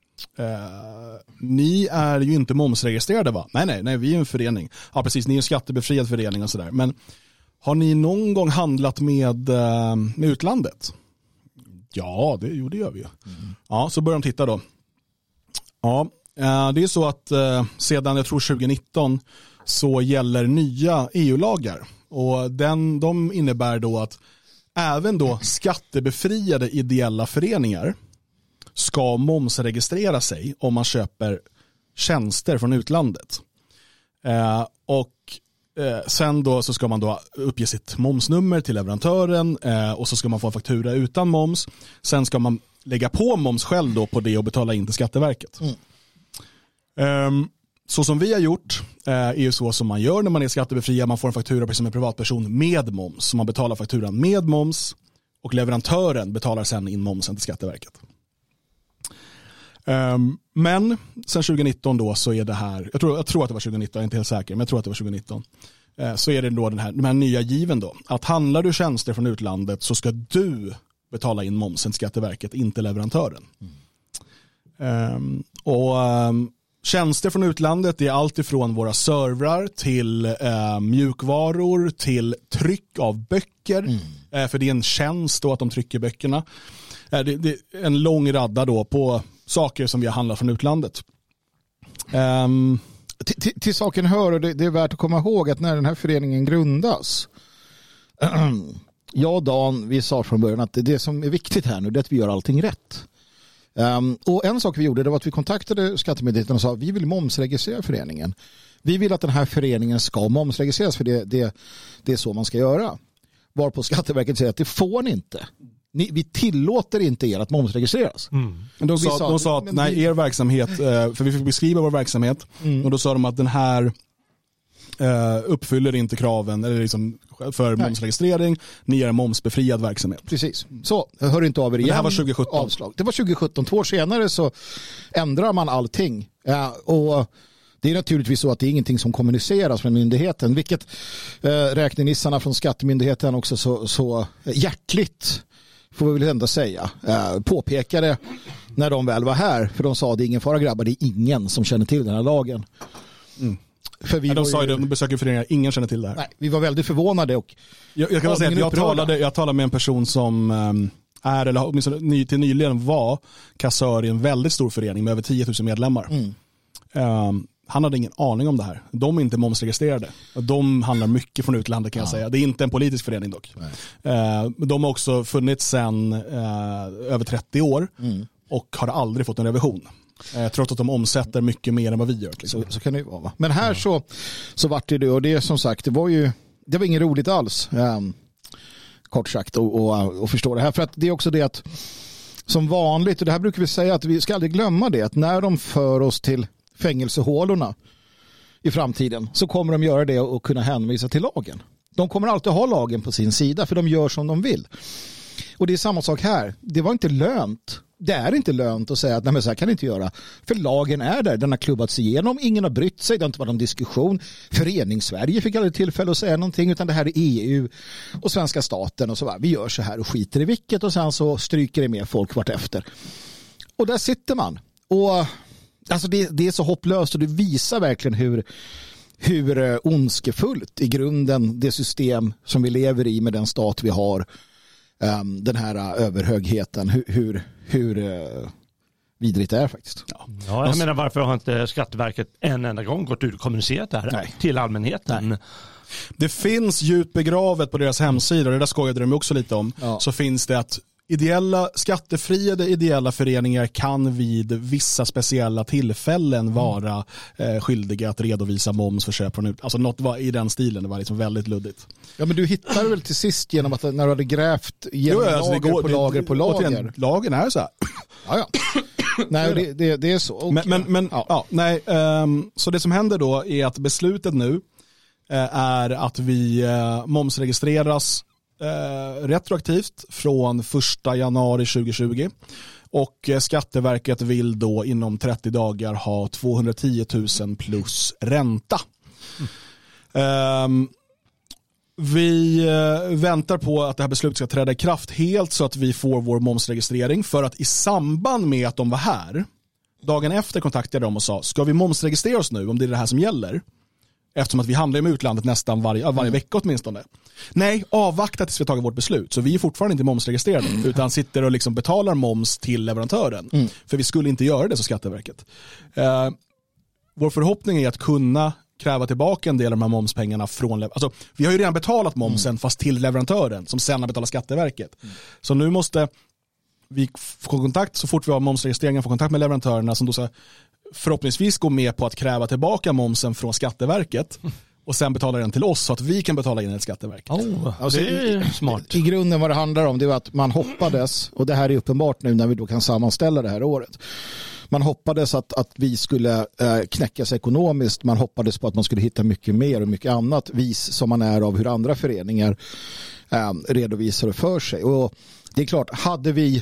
Speaker 1: Ni är ju inte momsregistrerade, va? Nej, vi är en förening. Ja, precis, ni är en skattebefriad förening och sådär. Men har ni någon gång handlat med utlandet? Ja, det gör vi ju. Ja, så börjar de titta då. Ja, det är så att sedan jag tror 2019 så gäller nya EU-lagar. Och de innebär då att även då skattebefriade ideella föreningar ska momsregistrera sig om man köper tjänster från utlandet. Sen då så ska man då uppge sitt momsnummer till leverantören och så ska man få en faktura utan moms. Sen ska man lägga på moms själv då på det och betala in till Skatteverket. Så som vi har gjort är ju så som man gör när man är skattebefriad. Man får en faktura precis som en privatperson med moms. Så man betalar fakturan med moms och leverantören betalar sen in momsen till Skatteverket. Men sen 2019 då så är det här, jag tror att det var 2019, jag är inte helt säker, men jag tror att det var 2019. Så är det då de här nya given då. Att handlar du tjänster från utlandet så ska du betala in momsen till Skatteverket, inte leverantören. Tjänster från utlandet är allt ifrån våra servrar till mjukvaror till tryck av böcker. För det är en tjänst då att de trycker böckerna. Det är en lång radda då på saker som vi har handlat från utlandet.
Speaker 2: Till saken hör, och det är värt att komma ihåg att när den här föreningen grundas, jag och Dan, vi sa från början att det som är viktigt här nu är att vi gör allting rätt. Och en sak vi gjorde, det var att vi kontaktade Skattemyndigheten och sa vi vill momsregistrera föreningen. Vi vill att den här föreningen ska momsregistreras, för det är så man ska göra. Varpå Skatteverket säger att det får ni inte. Vi tillåter inte er att momsregistreras.
Speaker 1: De sa att nej, er verksamhet, för vi fick beskriva vår verksamhet, och då sa de att den här uppfyller inte kraven eller liksom för momsregistrering. Ni är en momsbefriad verksamhet.
Speaker 2: Precis. Så hör inte av er igen.
Speaker 1: Det här var 2017.
Speaker 2: Avslag. Det var 2017. 2 år senare så ändrar man allting. Och det är naturligtvis så att det är ingenting som kommuniceras med myndigheten, vilket räknenissarna från Skattemyndigheten också så hjärtligt, får vi väl ändå säga, påpekade när de väl var här. För de sa det är ingen fara grabbar, det är ingen som känner till den här lagen. För de
Speaker 1: sa ju de besöker föreningar, ingen känner till det här.
Speaker 2: Nej, vi var väldigt förvånade. Och
Speaker 1: jag kan säga att jag talade med en person som är, eller åtminstone till nyligen var kassör i en väldigt stor förening med över 10 000 medlemmar. Han hade ingen aning om det här. De är inte momsregistrerade. De handlar mycket från utlandet, kan jag säga. Det är inte en politisk förening dock. De har också funnits sedan över 30 år och har aldrig fått en revision. Trots att de omsätter mycket mer än vad vi gör. Liksom.
Speaker 2: Så kan det ju vara. Va? Men här så vart det, och det är som sagt, det var inget roligt alls. Kort sagt och förstå det här. För att det är också det att som vanligt, och det här brukar vi säga att vi ska aldrig glömma det, att när de för oss till fängelsehålorna i framtiden så kommer de göra det och kunna hänvisa till lagen. De kommer alltid ha lagen på sin sida för de gör som de vill. Och det är samma sak här. Det var inte lönt. Det är inte lönt att säga att nej, men så här kan det inte göra. För lagen är där. Den har klubbats igenom. Ingen har brytt sig. Det har inte varit någon diskussion. Föreningssverige fick aldrig tillfälle att säga någonting, utan det här är EU och svenska staten och så va. Vi gör så här och skiter i vilket, och sen så stryker det med folk vart efter. Och där sitter man. Och alltså det är så hopplöst, och det visar verkligen hur ondskefullt i grunden det system som vi lever i med den stat vi har, den här överhögheten, hur vidrigt det är faktiskt.
Speaker 3: Ja, jag menar, varför har inte Skatteverket en enda gång gått ut och kommunicerat det här till allmänheten? Nej.
Speaker 1: Det finns djupt begravet på deras hemsida, och det där skojade de också lite om, så finns det att Skattefriade ideella föreningar kan vid vissa speciella tillfällen vara skyldiga att redovisa moms för köp från alltså något var i den stilen, det var liksom väldigt luddigt.
Speaker 2: Ja, men du hittar väl till sist genom att när du hade grävt genom lager på lager.
Speaker 1: Lagen är så här.
Speaker 2: Ja. Nej, det är så. Okay.
Speaker 1: Så det som händer då är att beslutet nu är att vi momsregistreras retroaktivt från 1 januari 2020 och Skatteverket vill då inom 30 dagar ha 210 000 plus ränta. Vi väntar på att det här beslutet ska träda i kraft helt så att vi får vår momsregistrering, för att i samband med att de var här dagen efter kontaktade de och sa, ska vi momsregistrera oss nu om det är det här som gäller? Eftersom att vi handlar med utlandet nästan varje vecka åtminstone. Nej, avvakta tills vi tagit vårt beslut. Så vi är fortfarande inte momsregistrerade utan sitter och liksom betalar moms till leverantören. För vi skulle inte göra det, så Skatteverket. Vår förhoppning är att kunna kräva tillbaka en del av de här momspengarna från alltså, vi har ju redan betalat momsen fast till leverantören som sen har betalat Skatteverket. Så nu måste vi få kontakt så fort vi har momsregistreringen, få kontakt med leverantörerna som då så förhoppningsvis gå med på att kräva tillbaka momsen från Skatteverket och sen betala den till oss så att vi kan betala in till Skatteverket.
Speaker 2: Alltså, det är smart. I grunden vad det handlar om det var att man hoppades, och det här är uppenbart nu när vi då kan sammanställa det här året. Man hoppades att vi skulle knäckas ekonomiskt. Man hoppades på att man skulle hitta mycket mer och mycket annat vis som man är av hur andra föreningar redovisar för sig. Och det är klart, hade vi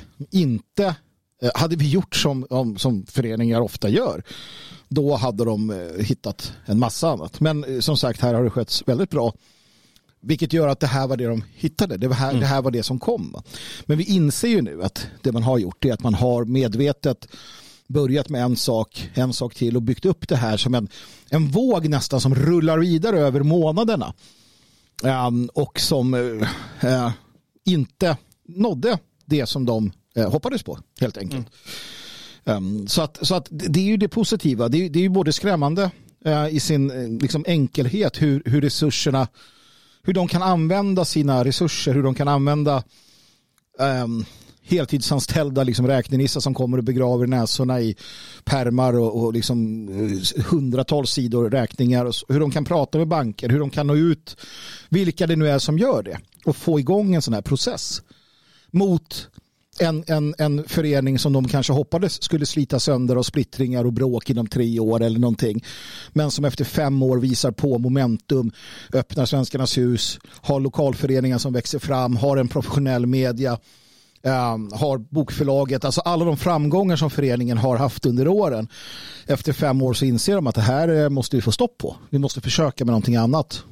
Speaker 2: gjort som föreningar ofta gör, då hade de hittat en massa annat. Men som sagt, här har det skötts väldigt bra. Vilket gör att det här var det de hittade. Det här var det som kom. Men vi inser ju nu att det man har gjort är att man har medvetet börjat med en sak till och byggt upp det här som en våg nästan som rullar vidare över månaderna. Och som inte nådde det som de hoppades på, helt enkelt. Så att det är ju det positiva. Det är ju både skrämmande i sin liksom enkelhet hur resurserna, hur de kan använda sina resurser, hur de kan använda heltidsanställda liksom räknenissar som kommer och begraver näsorna i pärmar och liksom hundratals sidor räkningar, och hur de kan prata med banker, hur de kan nå ut, vilka det nu är som gör det, och få igång en sån här process mot en förening som de kanske hoppades skulle slita sönder och splittringar och bråk inom 3 år eller någonting, men som efter 5 år visar på momentum, öppnar Svenskarnas hus, har lokalföreningar som växer fram, har en professionell media, har bokförlaget, alltså alla de framgångar som föreningen har haft under åren. Efter 5 år så inser de att det här måste vi få stopp på. Vi måste försöka med någonting annat.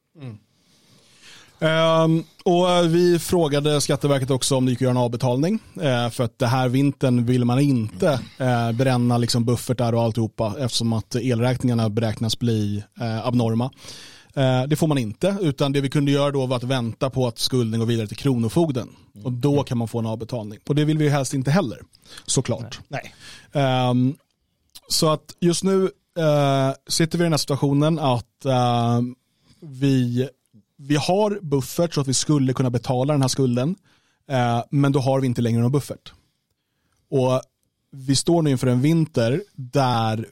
Speaker 1: Och vi frågade Skatteverket också om det gick att göra en avbetalning, för att det här vintern vill man inte bränna liksom buffertar och alltihopa, eftersom att elräkningarna beräknas bli abnorma. Det får man inte, utan det vi kunde göra då var att vänta på att skulden går vidare till Kronofogden, och då kan man få en avbetalning, och det vill vi helst inte heller, såklart.
Speaker 2: Nej.
Speaker 1: Så att just nu sitter vi i den här situationen att vi har buffert så att vi skulle kunna betala den här skulden, men då har vi inte längre någon buffert. Och vi står nu inför en vinter där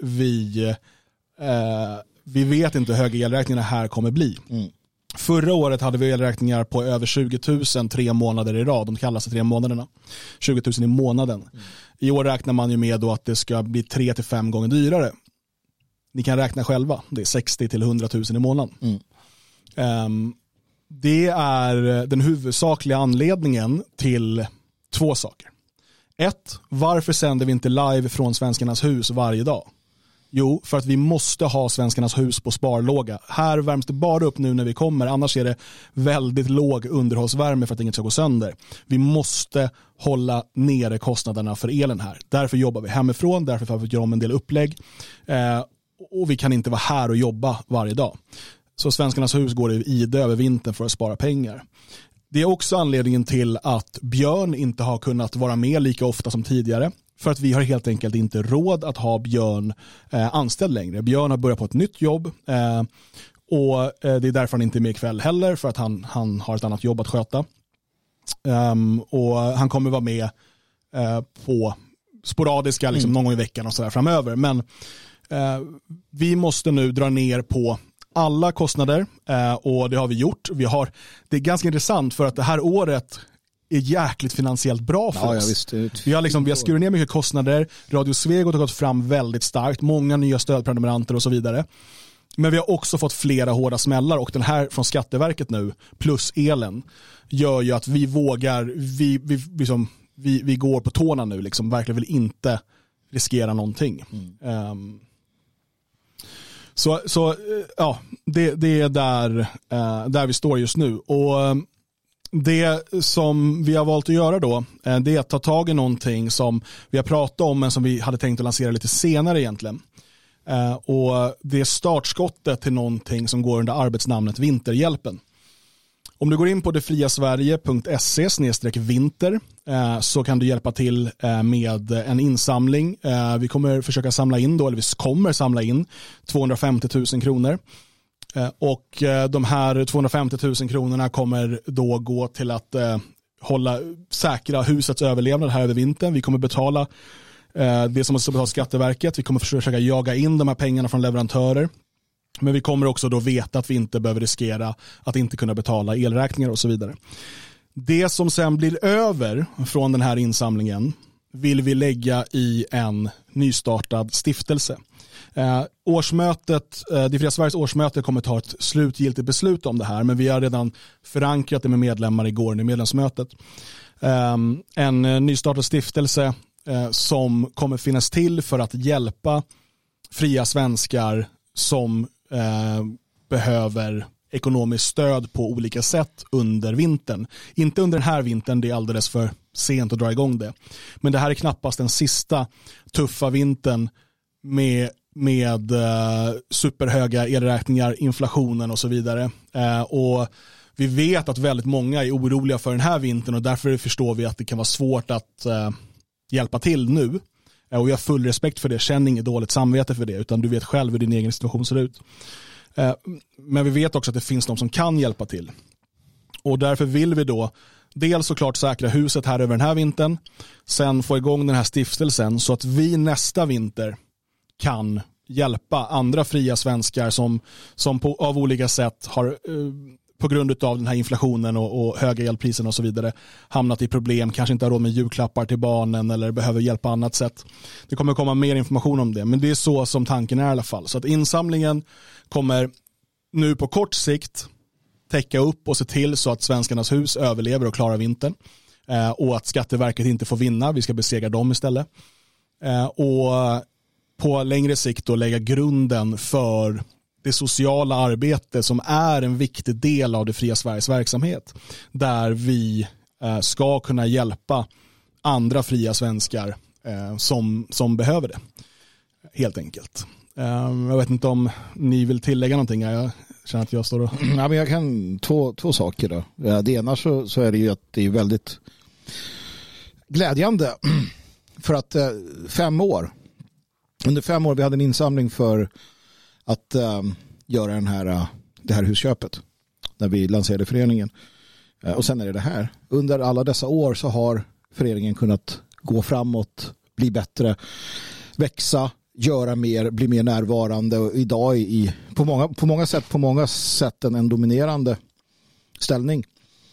Speaker 1: vi vet inte hur höga elräkningarna här kommer bli. Förra året hade vi elräkningar på över 20 000 3 månader i rad. De kallas 3 månaderna. 20 000 i månaden. I år räknar man ju med då att det ska bli 3 till 5 gånger dyrare. Ni kan räkna själva. Det är 60 till 100 000 i månaden. Det är den huvudsakliga anledningen till 2 saker. 1. Varför sänder vi inte live från Svenskarnas hus varje dag? Jo, för att vi måste ha Svenskarnas hus på sparlåga. Här värms det bara upp nu när vi kommer. Annars är det väldigt låg underhållsvärme för att inget ska gå sönder. Vi måste hålla nere kostnaderna för elen här. Därför jobbar vi hemifrån. Därför får vi göra om en del upplägg. Och vi kan inte vara här och jobba varje dag. Så Svenskarnas hus går i ide över vintern för att spara pengar. Det är också anledningen till att Björn inte har kunnat vara med lika ofta som tidigare. För att vi har helt enkelt inte råd att ha Björn anställd längre. Björn har börjat på ett nytt jobb och det är därför han inte är med ikväll heller, för att han har ett annat jobb att sköta. Och han kommer vara med på sporadiska liksom, någon gång i veckan och så där framöver. Men vi måste nu dra ner på alla kostnader och det har vi gjort. Det är ganska intressant för att det här året är jäkligt finansiellt bra för oss.
Speaker 2: Visst,
Speaker 1: vi har skurit ner mycket kostnader. Radio Svegot har gått fram väldigt starkt. Många nya stödprenumeranter och så vidare. Men vi har också fått flera hårda smällar och den här från Skatteverket nu plus elen gör ju att vi vågar, vi går på tårna nu liksom, verkligen vill inte riskera någonting. Så det är där vi står just nu. Och det som vi har valt att göra då, det är att ta tag i någonting som vi har pratat om men som vi hade tänkt att lansera lite senare egentligen. Och det är startskottet till någonting som går under arbetsnamnet Vinterhjälpen. Om du går in på detfriasverige.se/vinter så kan du hjälpa till med en insamling. Vi kommer försöka samla in då, eller vi kommer samla in 250 000 kronor. Och de här 250 000 kronorna kommer då gå till att säkra husets överlevnad här över vintern. Vi kommer betala det som måste betala Skatteverket. Vi kommer försöka jaga in de här pengarna från leverantörer. Men vi kommer också då veta att vi inte behöver riskera att inte kunna betala elräkningar och så vidare. Det som sen blir över från den här insamlingen vill vi lägga i en nystartad stiftelse. Det fria Sveriges årsmöte kommer ta ett slutgiltigt beslut om det här, men vi har redan förankrat det med medlemmar igår i medlemsmötet. En nystartad stiftelse som kommer finnas till för att hjälpa fria svenskar som behöver ekonomiskt stöd på olika sätt under vintern. Inte under den här vintern, det är alldeles för sent att dra igång det. Men det här är knappast den sista tuffa vintern med superhöga elräkningar, inflationen och så vidare. Och vi vet att väldigt många är oroliga för den här vintern och därför förstår vi att det kan vara svårt att hjälpa till nu. Och jag har full respekt för det, känner inget dåligt samvete för det, utan du vet själv hur din egen situation ser ut. Men vi vet också att det finns de som kan hjälpa till. Och därför vill vi då dels såklart säkra huset här över den här vintern, sen få igång den här stiftelsen så att vi nästa vinter kan hjälpa andra fria svenskar som av olika sätt har på grund av den här inflationen och höga elpriserna och så vidare hamnat i problem, kanske inte har råd med julklappar till barnen eller behöver hjälp på annat sätt. Det kommer komma mer information om det, men det är så som tanken är i alla fall. Så att insamlingen kommer nu på kort sikt täcka upp och se till så att svenskarnas hus överlever och klarar vintern. Och att Skatteverket inte får vinna, vi ska besegra dem istället. Och på längre sikt då lägga grunden för det sociala arbete som är en viktig del av det fria Sveriges verksamhet. Där vi ska kunna hjälpa andra fria svenskar som behöver det. Helt enkelt. Jag vet inte om ni vill tillägga någonting. Jag känner att jag står och...
Speaker 2: Ja, men jag kan två saker då. Det ena så är det ju att det är väldigt glädjande för att 5 år. Under 5 år vi hade en insamling för att göra det här husköpet när vi lanserade föreningen. Och sen är det här. Under alla dessa år så har föreningen kunnat gå framåt, bli bättre, växa, göra mer, bli mer närvarande och idag på många sätt en dominerande ställning.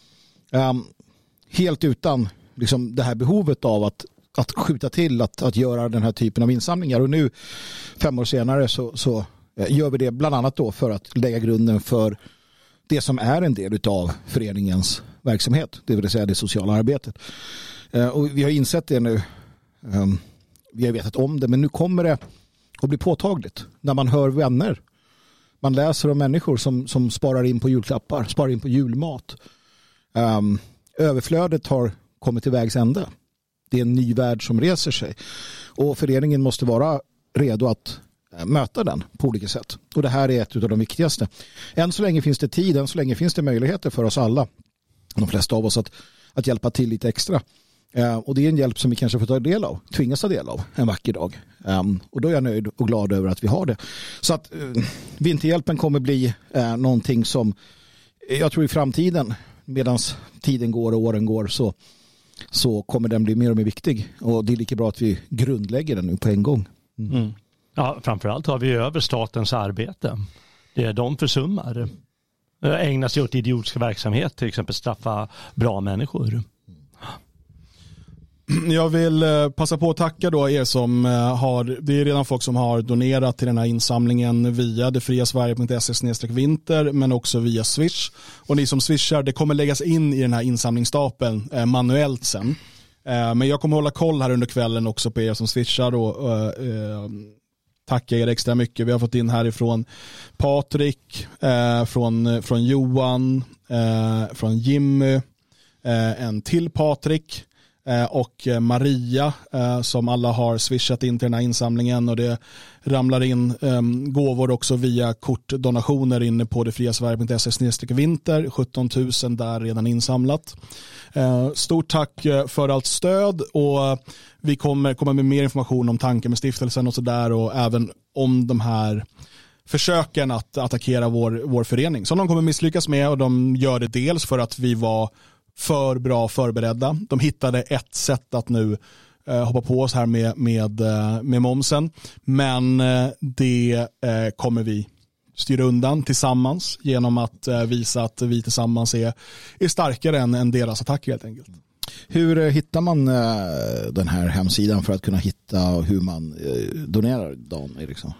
Speaker 2: Helt utan liksom det här behovet av att skjuta till att göra den här typen av insamlingar. Och nu 5 år senare så gör vi det bland annat då för att lägga grunden för det som är en del av föreningens verksamhet, det vill säga det sociala arbetet. Och vi har insett det nu. Vi har vetat om det, men nu kommer det att bli påtagligt när man hör vänner. Man läser om människor som sparar in på julklappar, sparar in på julmat. Överflödet har kommit till vägs ände. Det är en ny värld som reser sig. Och föreningen måste vara redo att möta den på olika sätt. Och det här är ett av de viktigaste. Än så länge finns det tid, än så länge finns det möjligheter för oss alla, de flesta av oss, att hjälpa till lite extra. Och det är en hjälp som vi kanske får ta del av, tvingas ta del av en vacker dag. Och då är jag nöjd och glad över att vi har det. Så att Vinterhjälpen kommer bli någonting som jag tror i framtiden, medan tiden går och åren går så kommer den bli mer och mer viktig. Och det är lika bra att vi grundlägger den nu på en gång.
Speaker 3: Mm. Ja, framförallt har vi över statens arbete. Det är de försummar. Ägnar sig åt idiotiska verksamhet, till exempel straffa bra människor.
Speaker 1: Jag vill passa på att tacka då er som det är redan folk som har donerat till den här insamlingen via detfriasverige.se/vinter men också via Swish. Och ni som swishar, det kommer läggas in i den här insamlingsstapeln manuellt sen. Men jag kommer hålla koll här under kvällen också på er som swishar och tacka er extra mycket. Vi har fått in härifrån Patrik, från Johan, från Jimmy, en till Patrik och Maria som alla har swishat in till den här insamlingen, och det ramlar in gåvor också via kortdonationer inne på detfriasverige.se/vinter. 17 000 där redan insamlat. Stort tack för allt stöd, och vi kommer med mer information om tanken med stiftelsen och sådär, och även om de här försöken att attackera vår förening som de kommer misslyckas med, och de gör det dels för att vi var för bra förberedda. De hittade ett sätt att nu hoppa på oss här med momsen, men det kommer vi styra undan tillsammans genom att visa att vi tillsammans är starkare än deras attack helt enkelt.
Speaker 2: Hur hittar man den här hemsidan för att kunna hitta hur man donerar, Dan Eriksson?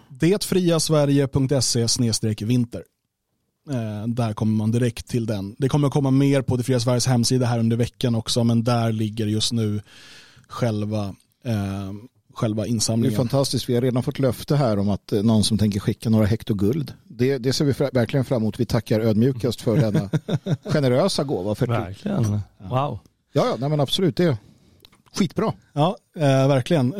Speaker 1: detfriasverige.se/vinter. Där kommer man direkt till den. Det kommer komma mer på Det fria Sveriges hemsida här under veckan också, men där ligger just nu själva insamlingen.
Speaker 2: Det är fantastiskt. Vi har redan fått löfte här om att någon som tänker skicka några hekto guld. Det ser vi verkligen fram emot. Vi tackar ödmjukast för denna generösa gåva.
Speaker 3: Verkligen. Wow.
Speaker 2: Ja, nej, men absolut. Det är skitbra.
Speaker 1: Ja, verkligen.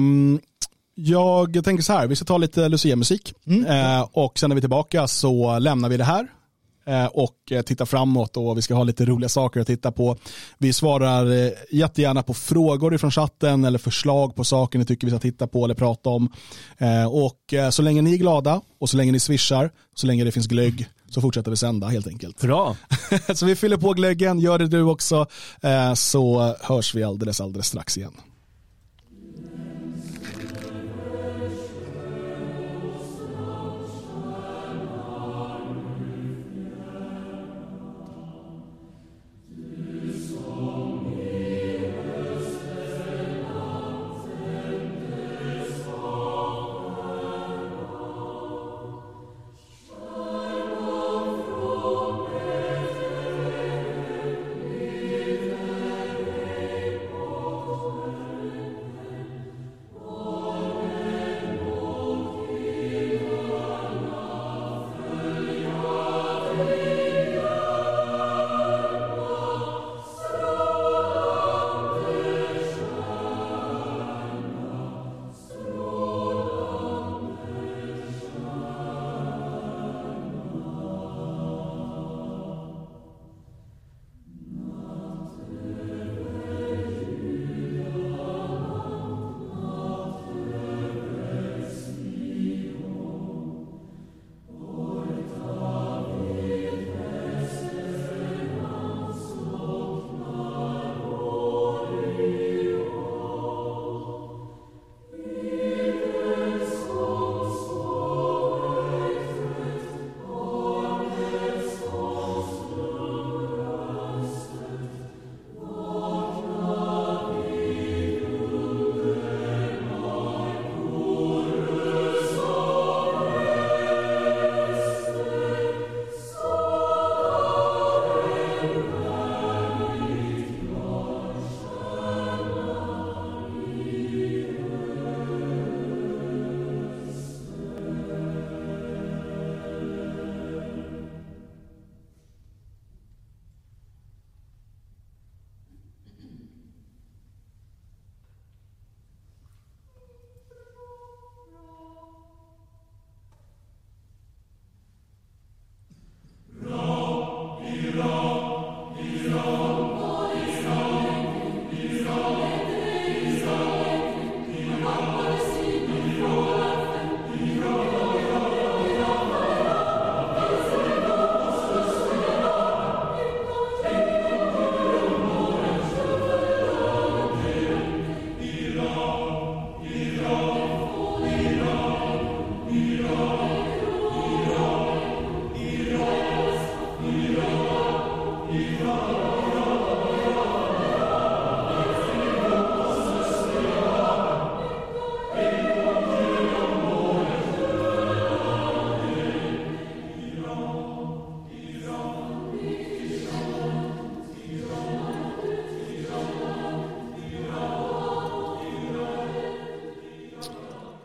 Speaker 1: Jag tänker så här, vi ska ta lite Lucia-musik och sen när vi är tillbaka så lämnar vi det här och tittar framåt, och vi ska ha lite roliga saker att titta på. Vi svarar jättegärna på frågor från chatten eller förslag på saker ni tycker vi ska titta på eller prata om. Och så länge ni är glada och så länge ni swishar, så länge det finns glögg, så fortsätter vi sända helt enkelt.
Speaker 3: Bra.
Speaker 1: Så vi fyller på glöggen, gör det du också, så hörs vi alldeles strax igen.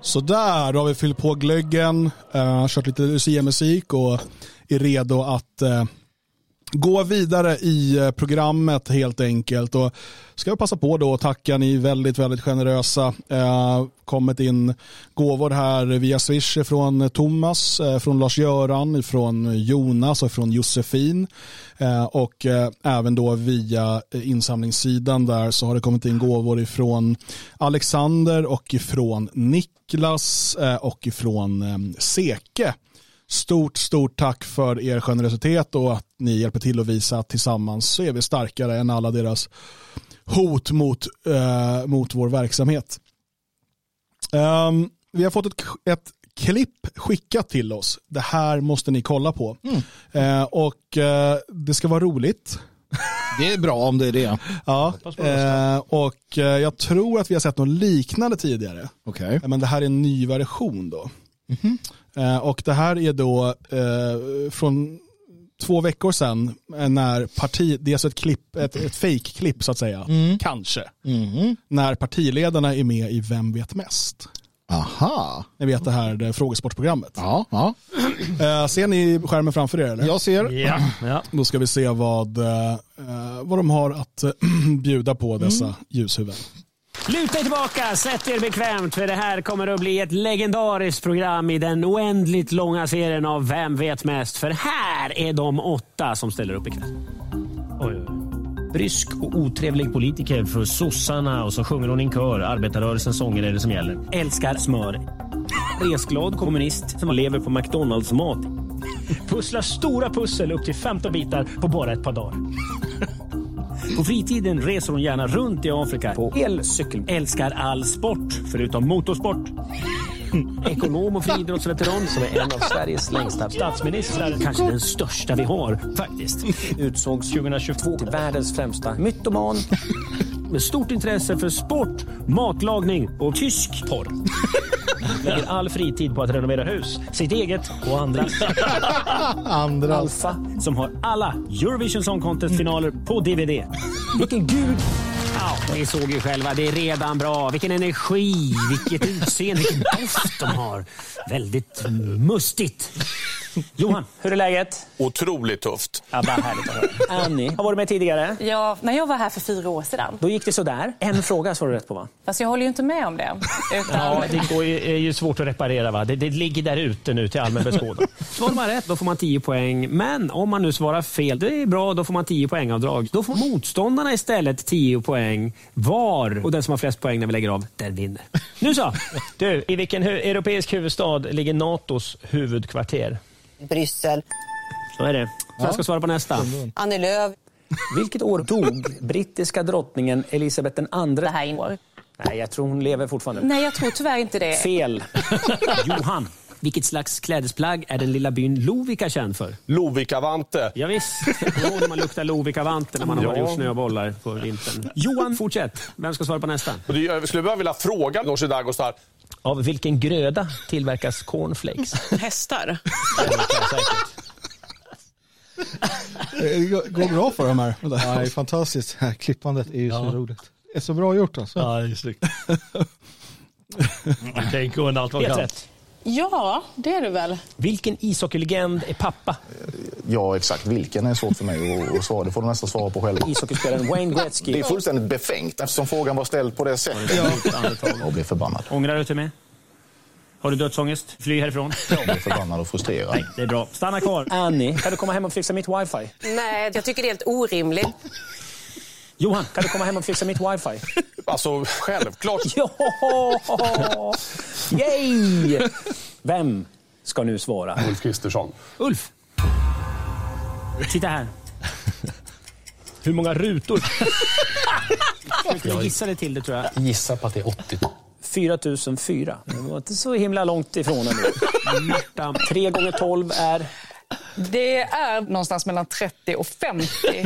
Speaker 1: Så där har vi fyllt på glöggen, kört lite Lucia-musik och är redo att gå vidare i programmet helt enkelt. Och ska vi passa på då att tacka, ni väldigt, väldigt generösa. Kommit in gåvor här via Swish från Thomas, från Lars-Göran, från Jonas och från Josefin. Och även då via insamlingssidan där så har det kommit in gåvor ifrån Alexander och ifrån Niklas och ifrån Seke. Stort tack för er generositet och att ni hjälper till att visa att tillsammans så är vi starkare än alla deras hot mot vår verksamhet. Vi har fått ett klipp skickat till oss. Det här måste ni kolla på. Och det ska vara roligt.
Speaker 2: Det är bra om det är det.
Speaker 1: Ja, och jag tror att vi har sett något liknande tidigare.
Speaker 2: Okay.
Speaker 1: Men det här är en ny version då. Och det här är då från 2 veckor sedan när det är alltså ett klipp, ett fake-klipp så att säga, kanske. När partiledarna är med i Vem vet mest?
Speaker 2: Aha.
Speaker 1: Ni vet det här frågesportprogrammet.
Speaker 2: Ja.
Speaker 1: Ser ni skärmen framför er? Eller?
Speaker 2: Jag ser.
Speaker 3: Ja.
Speaker 1: Då ska vi se vad de har att bjuda på dessa ljushuvuden.
Speaker 6: Luta er tillbaka, sätt er bekvämt för det här kommer att bli ett legendariskt program i den oändligt långa serien av Vem vet mest? För här är de 8 som ställer upp ikväll. Oj. Brysk och otrevlig politiker för sossarna och så sjunger hon i en kör. Arbetarrörelsens sånger är det som gäller. Älskar smör. Resglad kommunist som lever på McDonalds mat. Pusslar stora pussel upp till 15 bitar på bara ett par dagar. På fritiden reser hon gärna runt i Afrika på elcykel. Älskar all sport, förutom motorsport. Ekonom och friidrottsveteran som är en av Sveriges längsta statsministrar. Kanske den största vi har, faktiskt. Utsågs 2022 till världens främsta mytoman. Med stort intresse för sport, matlagning och tysk porr. Lägger all fritid på att renovera hus, sitt eget och andras. Alfa, som har alla Eurovision Song Contest-finaler på DVD. Vilken gud! Ja, ni såg ju själva, det är redan bra. Vilken energi, vilket utseende, vilken doft de har. Väldigt mustigt. Johan, hur är läget?
Speaker 7: Otroligt tufft.
Speaker 6: Ja, bara härligt att höra. Annie, har varit med tidigare?
Speaker 8: Ja, när jag var här för 4 år sedan.
Speaker 6: Då gick det så där. En fråga så var du rätt på, va?
Speaker 8: Fast jag håller ju inte med om det. Utan...
Speaker 6: Ja, det är ju svårt att reparera, va? Det ligger där ute nu till allmän beskådan. Svarar man rätt, då får man 10 poäng. Men om man nu svarar fel, det är bra, då får man 10 poängavdrag. Då får motståndarna istället 10 poäng var. Och den som har flest poäng när vi lägger av, den vinner. Nu så! Du, i vilken europeisk huvudstad ligger NATOs huvudkvarter?
Speaker 9: Bryssel.
Speaker 6: Så är det. Jag ska svara på nästa.
Speaker 9: Annie Lööf.
Speaker 6: Vilket år dog brittiska drottningen Elisabeth II?
Speaker 8: Det här år.
Speaker 6: Nej, jag tror hon lever fortfarande.
Speaker 8: Nej, jag tror tyvärr inte det.
Speaker 6: Fel. Johan, vilket slags klädesplagg är den lilla byn Lovikka känd för?
Speaker 7: Lovikavante.
Speaker 6: Ja, visst. När man luktar Lovikavante när man har gjort snöbollar på vintern. Johan, fortsätt. Vem ska svara på nästa?
Speaker 7: Jag skulle bara vilja fråga Nooshi Dadgostar.
Speaker 6: Av vilken gröda tillverkas cornflakes?
Speaker 9: Hästar.
Speaker 1: Det går bra för de här.
Speaker 2: Ja, det är fantastiskt. Klippandet är ju så roligt. Det är så bra gjort alltså.
Speaker 3: Ja, det är snyggt. Tänk on allt vad kan.
Speaker 9: Ja, det är det väl.
Speaker 6: Vilken ishockeylegend är pappa?
Speaker 10: Ja, exakt. Vilken är svårt för mig att svara. Det får du nästan svara på själv.
Speaker 6: Ishockeyspelaren Wayne Gretzky.
Speaker 10: Det är fullständigt befängt eftersom frågan var ställd på det sättet. Jag blir förbannad.
Speaker 6: Ångrar du till mig? Har du dödsångest? Fly härifrån.
Speaker 10: Jag blir förbannad och frustrerad.
Speaker 6: Nej, det är bra. Stanna kvar. Annie, kan du komma hem och fixa mitt wifi?
Speaker 9: Nej, jag tycker det är helt orimligt.
Speaker 6: Johan, kan du komma hem och fixa mitt wifi?
Speaker 7: Alltså, självklart.
Speaker 6: Ja! Yay! Vem ska nu svara?
Speaker 7: Ulf Kristersson.
Speaker 6: Ulf! Titta här. Hur många rutor? Jag gissade till det, tror jag.
Speaker 10: Gissa på att det är 80.
Speaker 6: 4004. Det var inte så himla långt ifrån ändå. Märta, 3 gånger 12 är...
Speaker 8: Det är någonstans mellan 30 och 50.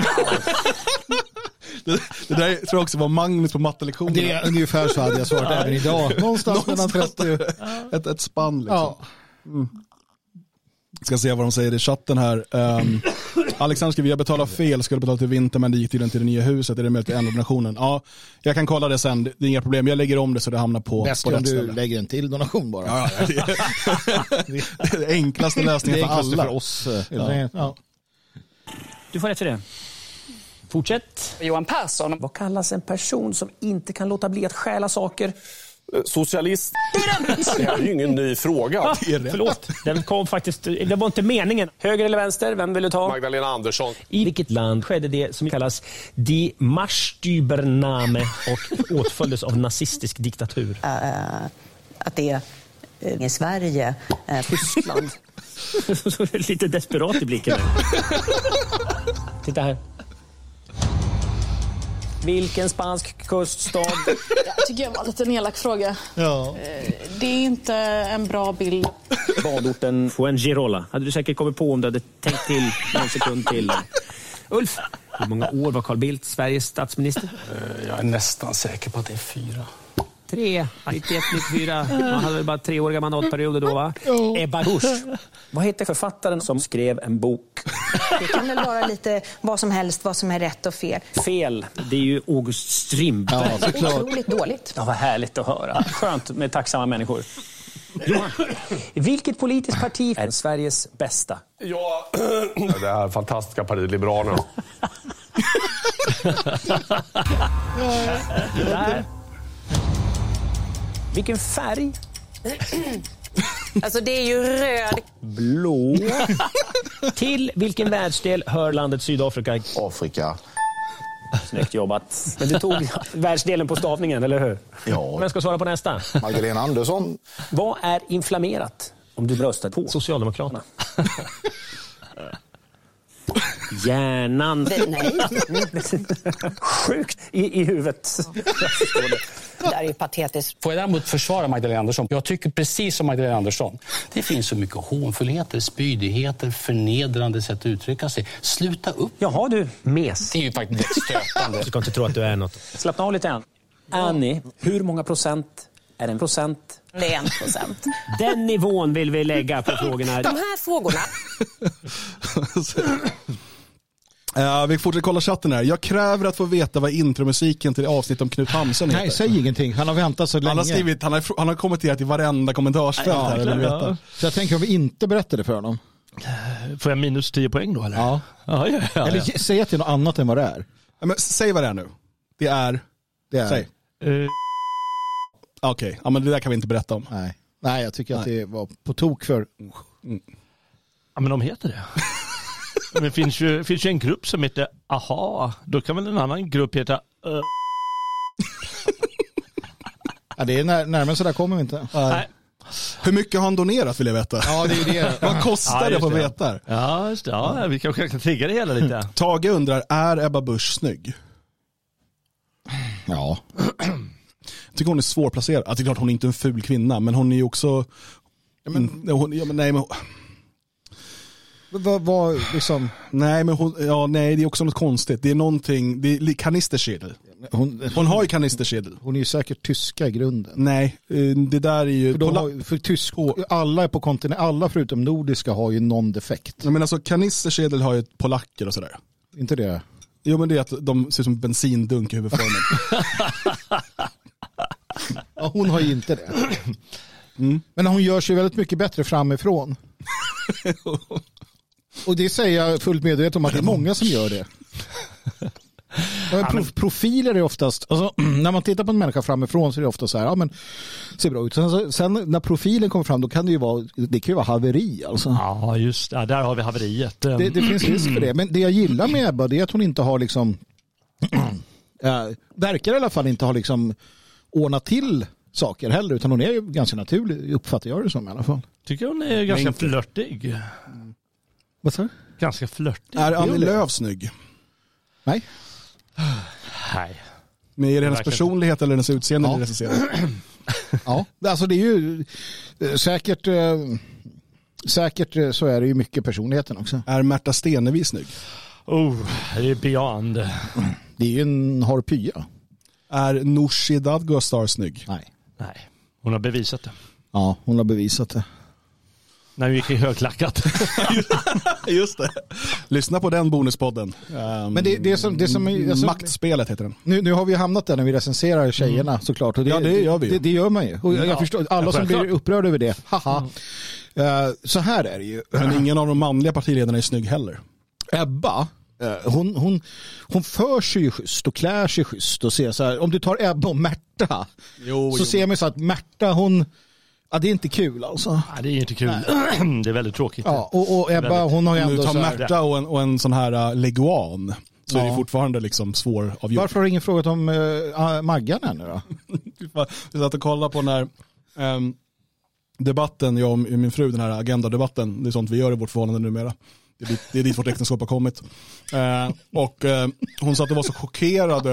Speaker 1: Det där tror jag också var Magnus på mattelektionen.
Speaker 2: Det är ungefär så hade jag svarat även idag. Någonstans mellan 30.
Speaker 1: Ett spann liksom.
Speaker 2: Ja.
Speaker 1: Ska se vad de säger i chatten här. Alexander skriver, jag betalar fel, skulle betala till vinter men det gick tydligen till det nya huset. Är det möjligt att ändra donationen? Ja, jag kan kolla det sen. Det är inga problem. Jag lägger om det så det hamnar på
Speaker 2: bäst
Speaker 1: rätt
Speaker 2: om
Speaker 1: ställe.
Speaker 2: du lägger en till donation bara.
Speaker 1: Ja, det är det enklaste lösningen för alla.
Speaker 2: För oss. Ja.
Speaker 6: Du får rätt för det. Fortsätt.
Speaker 8: Johan Persson.
Speaker 6: Vad kallas en person som inte kan låta bli att stjäla saker?
Speaker 7: Socialist. Det är ju ingen ny fråga.
Speaker 6: Förlåt, den kom faktiskt, det var inte meningen. Höger eller vänster, vem vill du ta?
Speaker 7: Magdalena Andersson.
Speaker 6: I vilket land skedde det som kallas Die Marschübernahme och åtföljdes av nazistisk diktatur?
Speaker 9: Att det är i Sverige, Tyskland.
Speaker 6: Lite desperat i blicken. Titta här. Vilken spansk kuststad?
Speaker 11: Jag tycker jag var lite en elak fråga.
Speaker 2: Ja.
Speaker 11: Det är inte en bra bild.
Speaker 6: Badorten Fuengirola. Hade du säkert kommit på om du hade tänkt till en sekund till. Ulf, hur många år var Carl Bildt Sveriges statsminister?
Speaker 12: Jag är nästan säker på att det är 4.
Speaker 6: 3, 91-94. Han hade väl bara 3-åriga mandatperioder då, va? Ebba Busch. Vad heter författaren som skrev en bok?
Speaker 9: Det kan väl vara lite vad som helst, vad som är rätt och fel.
Speaker 6: Fel, det är ju August Strindberg.
Speaker 9: Ja, otroligt dåligt.
Speaker 6: Ja, vad härligt att höra. Skönt med tacksamma människor. Johan, vilket politiskt parti är Sveriges bästa?
Speaker 7: Ja, det här fantastiska partiet Liberalerna.
Speaker 6: Där. Vilken färg?
Speaker 9: Alltså det är ju röd.
Speaker 6: Blå. Till vilken världsdel hör landet Sydafrika?
Speaker 10: Afrika.
Speaker 6: Snyggt jobbat. Men du tog världsdelen på stavningen, eller hur?
Speaker 10: Ja.
Speaker 6: Vem ska svara på nästa?
Speaker 10: Magdalena Andersson.
Speaker 6: Vad är inflammerat om du röstar på Socialdemokraterna? Hjärnan.
Speaker 9: Nej.
Speaker 6: Sjukt i huvudet.
Speaker 9: Det där är ju patetiskt.
Speaker 12: Får jag däremot försvara Magdalena Andersson? Jag tycker precis som Magdalena Andersson. Det finns så mycket hånfullheter, spydigheter, förnedrande sätt att uttrycka sig. Sluta upp.
Speaker 6: Jaha du, mes.
Speaker 12: Det är ju faktiskt stötande.
Speaker 6: Du ska inte tro att du är något. Slappna av lite än. Annie, hur många procent är en procent?
Speaker 9: Det är 1%.
Speaker 6: Den nivån vill vi lägga på frågorna.
Speaker 9: De här frågorna.
Speaker 1: Vi fortsätter kolla chatten här. Jag kräver att få veta vad intromusiken till avsnitt om Knut Hamsun heter.
Speaker 2: Nej, säg ingenting. Han har väntat så länge.
Speaker 1: Han har kommenterat i varenda kommentarsfält här. Vill veta.
Speaker 2: Så jag tänker om vi inte berättar det för honom.
Speaker 3: Får jag minus 10 poäng då? Eller?
Speaker 2: Ja. Eller säg till något annat än vad det är.
Speaker 1: Ja, men säg vad det är nu. Det är. Säg. Okej, ja, men det där kan vi inte berätta om.
Speaker 2: Nej, jag tycker att det var på tok för...
Speaker 3: Ja, men de heter det. Men det finns ju en grupp som heter Aha. Då kan väl en annan grupp heta
Speaker 2: Ja, det är närmare så där kommer vi inte.
Speaker 3: Nej.
Speaker 1: Hur mycket har han donerat vill jag veta?
Speaker 2: Ja, det är det.
Speaker 1: Vad kostar det på att veta?
Speaker 3: Ja, just det. Ja, vi kanske kan trigga det hela lite.
Speaker 1: Tage undrar, är Ebba Busch snygg?
Speaker 2: Ja.
Speaker 1: Jag tycker hon är svårplacerad. Jag tycker att hon är inte en ful kvinna, men hon är ju också...
Speaker 2: Vad liksom...
Speaker 1: Nej, men nej, det är också något konstigt. Det är någonting... Det är kanisterskedel. Hon har ju kanisterskedel.
Speaker 2: Hon är ju säkert tyska i grunden.
Speaker 1: Nej, det där är ju...
Speaker 2: För tysk, alla är på kontinenten, alla förutom nordiska har ju någon defekt.
Speaker 1: Men alltså kanisterskedel har ju polacker och sådär.
Speaker 2: Inte det?
Speaker 1: Jo, men det är att de ser som bensindunk i huvudformen.
Speaker 2: Ja, hon har ju inte det. Men hon gör sig väldigt mycket bättre framifrån. Och det säger jag fullt medvetet om att det är många som gör det. Profiler är oftast, alltså, när man tittar på en människa framifrån så är det ofta så här, ja men ser bra ut. Sen när profilen kommer fram då kan det ju vara haveri alltså.
Speaker 3: Ja just det, där har vi haveriet.
Speaker 2: Det finns risk för det, men det jag gillar med Ebba det är att hon inte har liksom verkar i alla fall inte ha liksom ordnat till saker heller, utan hon är ju ganska naturlig, uppfattar jag det som i alla fall.
Speaker 3: Tycker hon är ganska flörtig.
Speaker 2: Vad sa du?
Speaker 3: Ganska flörtig.
Speaker 1: Är Annie Lööf snygg?
Speaker 2: Nej.
Speaker 3: Nej.
Speaker 1: Men är det hennes personlighet eller hennes utseende ni recenserar?
Speaker 2: Ja, alltså det är ju säkert så är det ju mycket personligheten också.
Speaker 1: Är Märta Stenevi snygg?
Speaker 3: Det är beyond.
Speaker 2: Det är ju en harpya.
Speaker 1: Är Nooshi Dadgostar snygg?
Speaker 2: Nej.
Speaker 3: Hon har bevisat det.
Speaker 2: Ja, hon har bevisat det.
Speaker 3: När vi gick i högklackat.
Speaker 1: Just det. Lyssna på den bonuspodden.
Speaker 2: Men det som
Speaker 1: Maktspelet heter den.
Speaker 2: Nu har vi hamnat där när vi recenserar tjejerna såklart. Och
Speaker 1: det gör vi.
Speaker 2: Det gör man ju. Och jag förstår, alla som blir upprörda över det. Haha. Så här är det ju.
Speaker 1: Men ingen av de manliga partiledarna är snygg heller.
Speaker 2: Ebba, hon för sig ju schysst och klär sig schysst och ser så här, om du tar Ebba och Märta så ser man så att Märta det är inte kul alltså.
Speaker 3: Ja, det är inte kul. Det är väldigt tråkigt.
Speaker 2: Ja, och Ebba hon har ju ändå
Speaker 1: så här...
Speaker 2: Märta
Speaker 1: och en sån här leguan så är det fortfarande liksom svår avgjord.
Speaker 2: Varför har ingen frågat om Maggan ännu då?
Speaker 1: Vi satt och kollade på när debatten, jag och min fru, den här agendadebatten, det är sånt vi gör i vårt förhållande numera. Det är dit vårt äktenskap har kommit. Och hon sa att det var så chockerad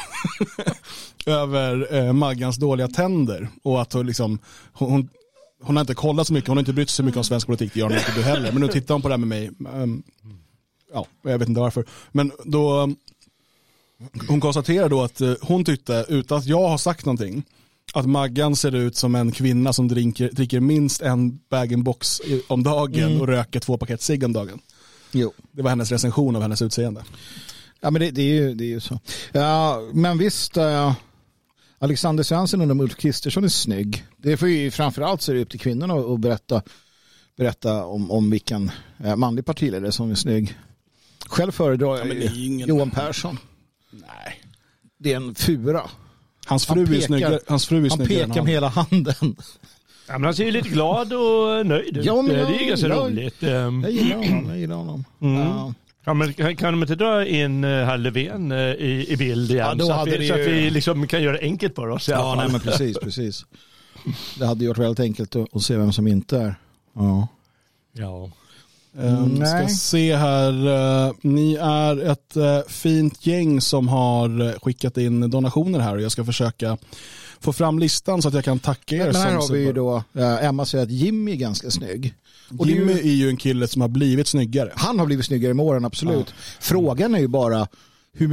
Speaker 1: över Maggans dåliga tänder. Och att hon har inte kollat så mycket, hon har inte brytt sig så mycket om svensk politik, det gör hon inte du heller. Men nu tittar hon på det här med mig. Jag vet inte varför. Men då hon konstaterar då att hon tyckte, utan att jag har sagt någonting, att Maggan ser ut som en kvinna som dricker minst en bag-in-box om dagen och röker 2 paket cigg om dagen.
Speaker 2: Jo.
Speaker 1: Det var hennes recension av hennes utseende.
Speaker 2: Ja, men det är ju så. Ja, men visst, Alexander Svensson och Ulf Kristersson är snygg. Det är för ju framförallt så är det upp till kvinnorna att berätta om vilken manlig partiledare som är snygg. Själv föredrar jag Johan Persson.
Speaker 1: Nej.
Speaker 2: Det är en fura.
Speaker 1: Hans fru är snyggare.
Speaker 2: Han pekar med hela handen.
Speaker 3: Ja, men han ser ju lite glad och nöjd ut.
Speaker 2: Ja, men
Speaker 3: det är ganska roligt.
Speaker 2: Jag gillar honom.
Speaker 3: Ja, men kan de inte dra in herr Löfven i bild igen?
Speaker 2: Ja,
Speaker 3: så att vi liksom kan göra det enkelt för oss.
Speaker 2: Ja, nej, men precis. Det hade gjort väldigt enkelt att se vem som inte är.
Speaker 3: Ja.
Speaker 1: Ska se här. Ni är ett fint gäng som har skickat in donationer här och jag ska försöka få fram listan så att jag kan tacka er.
Speaker 2: Men här har vi ju då Emma säger att Jimmy är ganska snygg.
Speaker 1: Och Jimmy är ju en kille som har blivit snyggare.
Speaker 2: Han har blivit snyggare med åren, absolut. Frågan är ju bara hur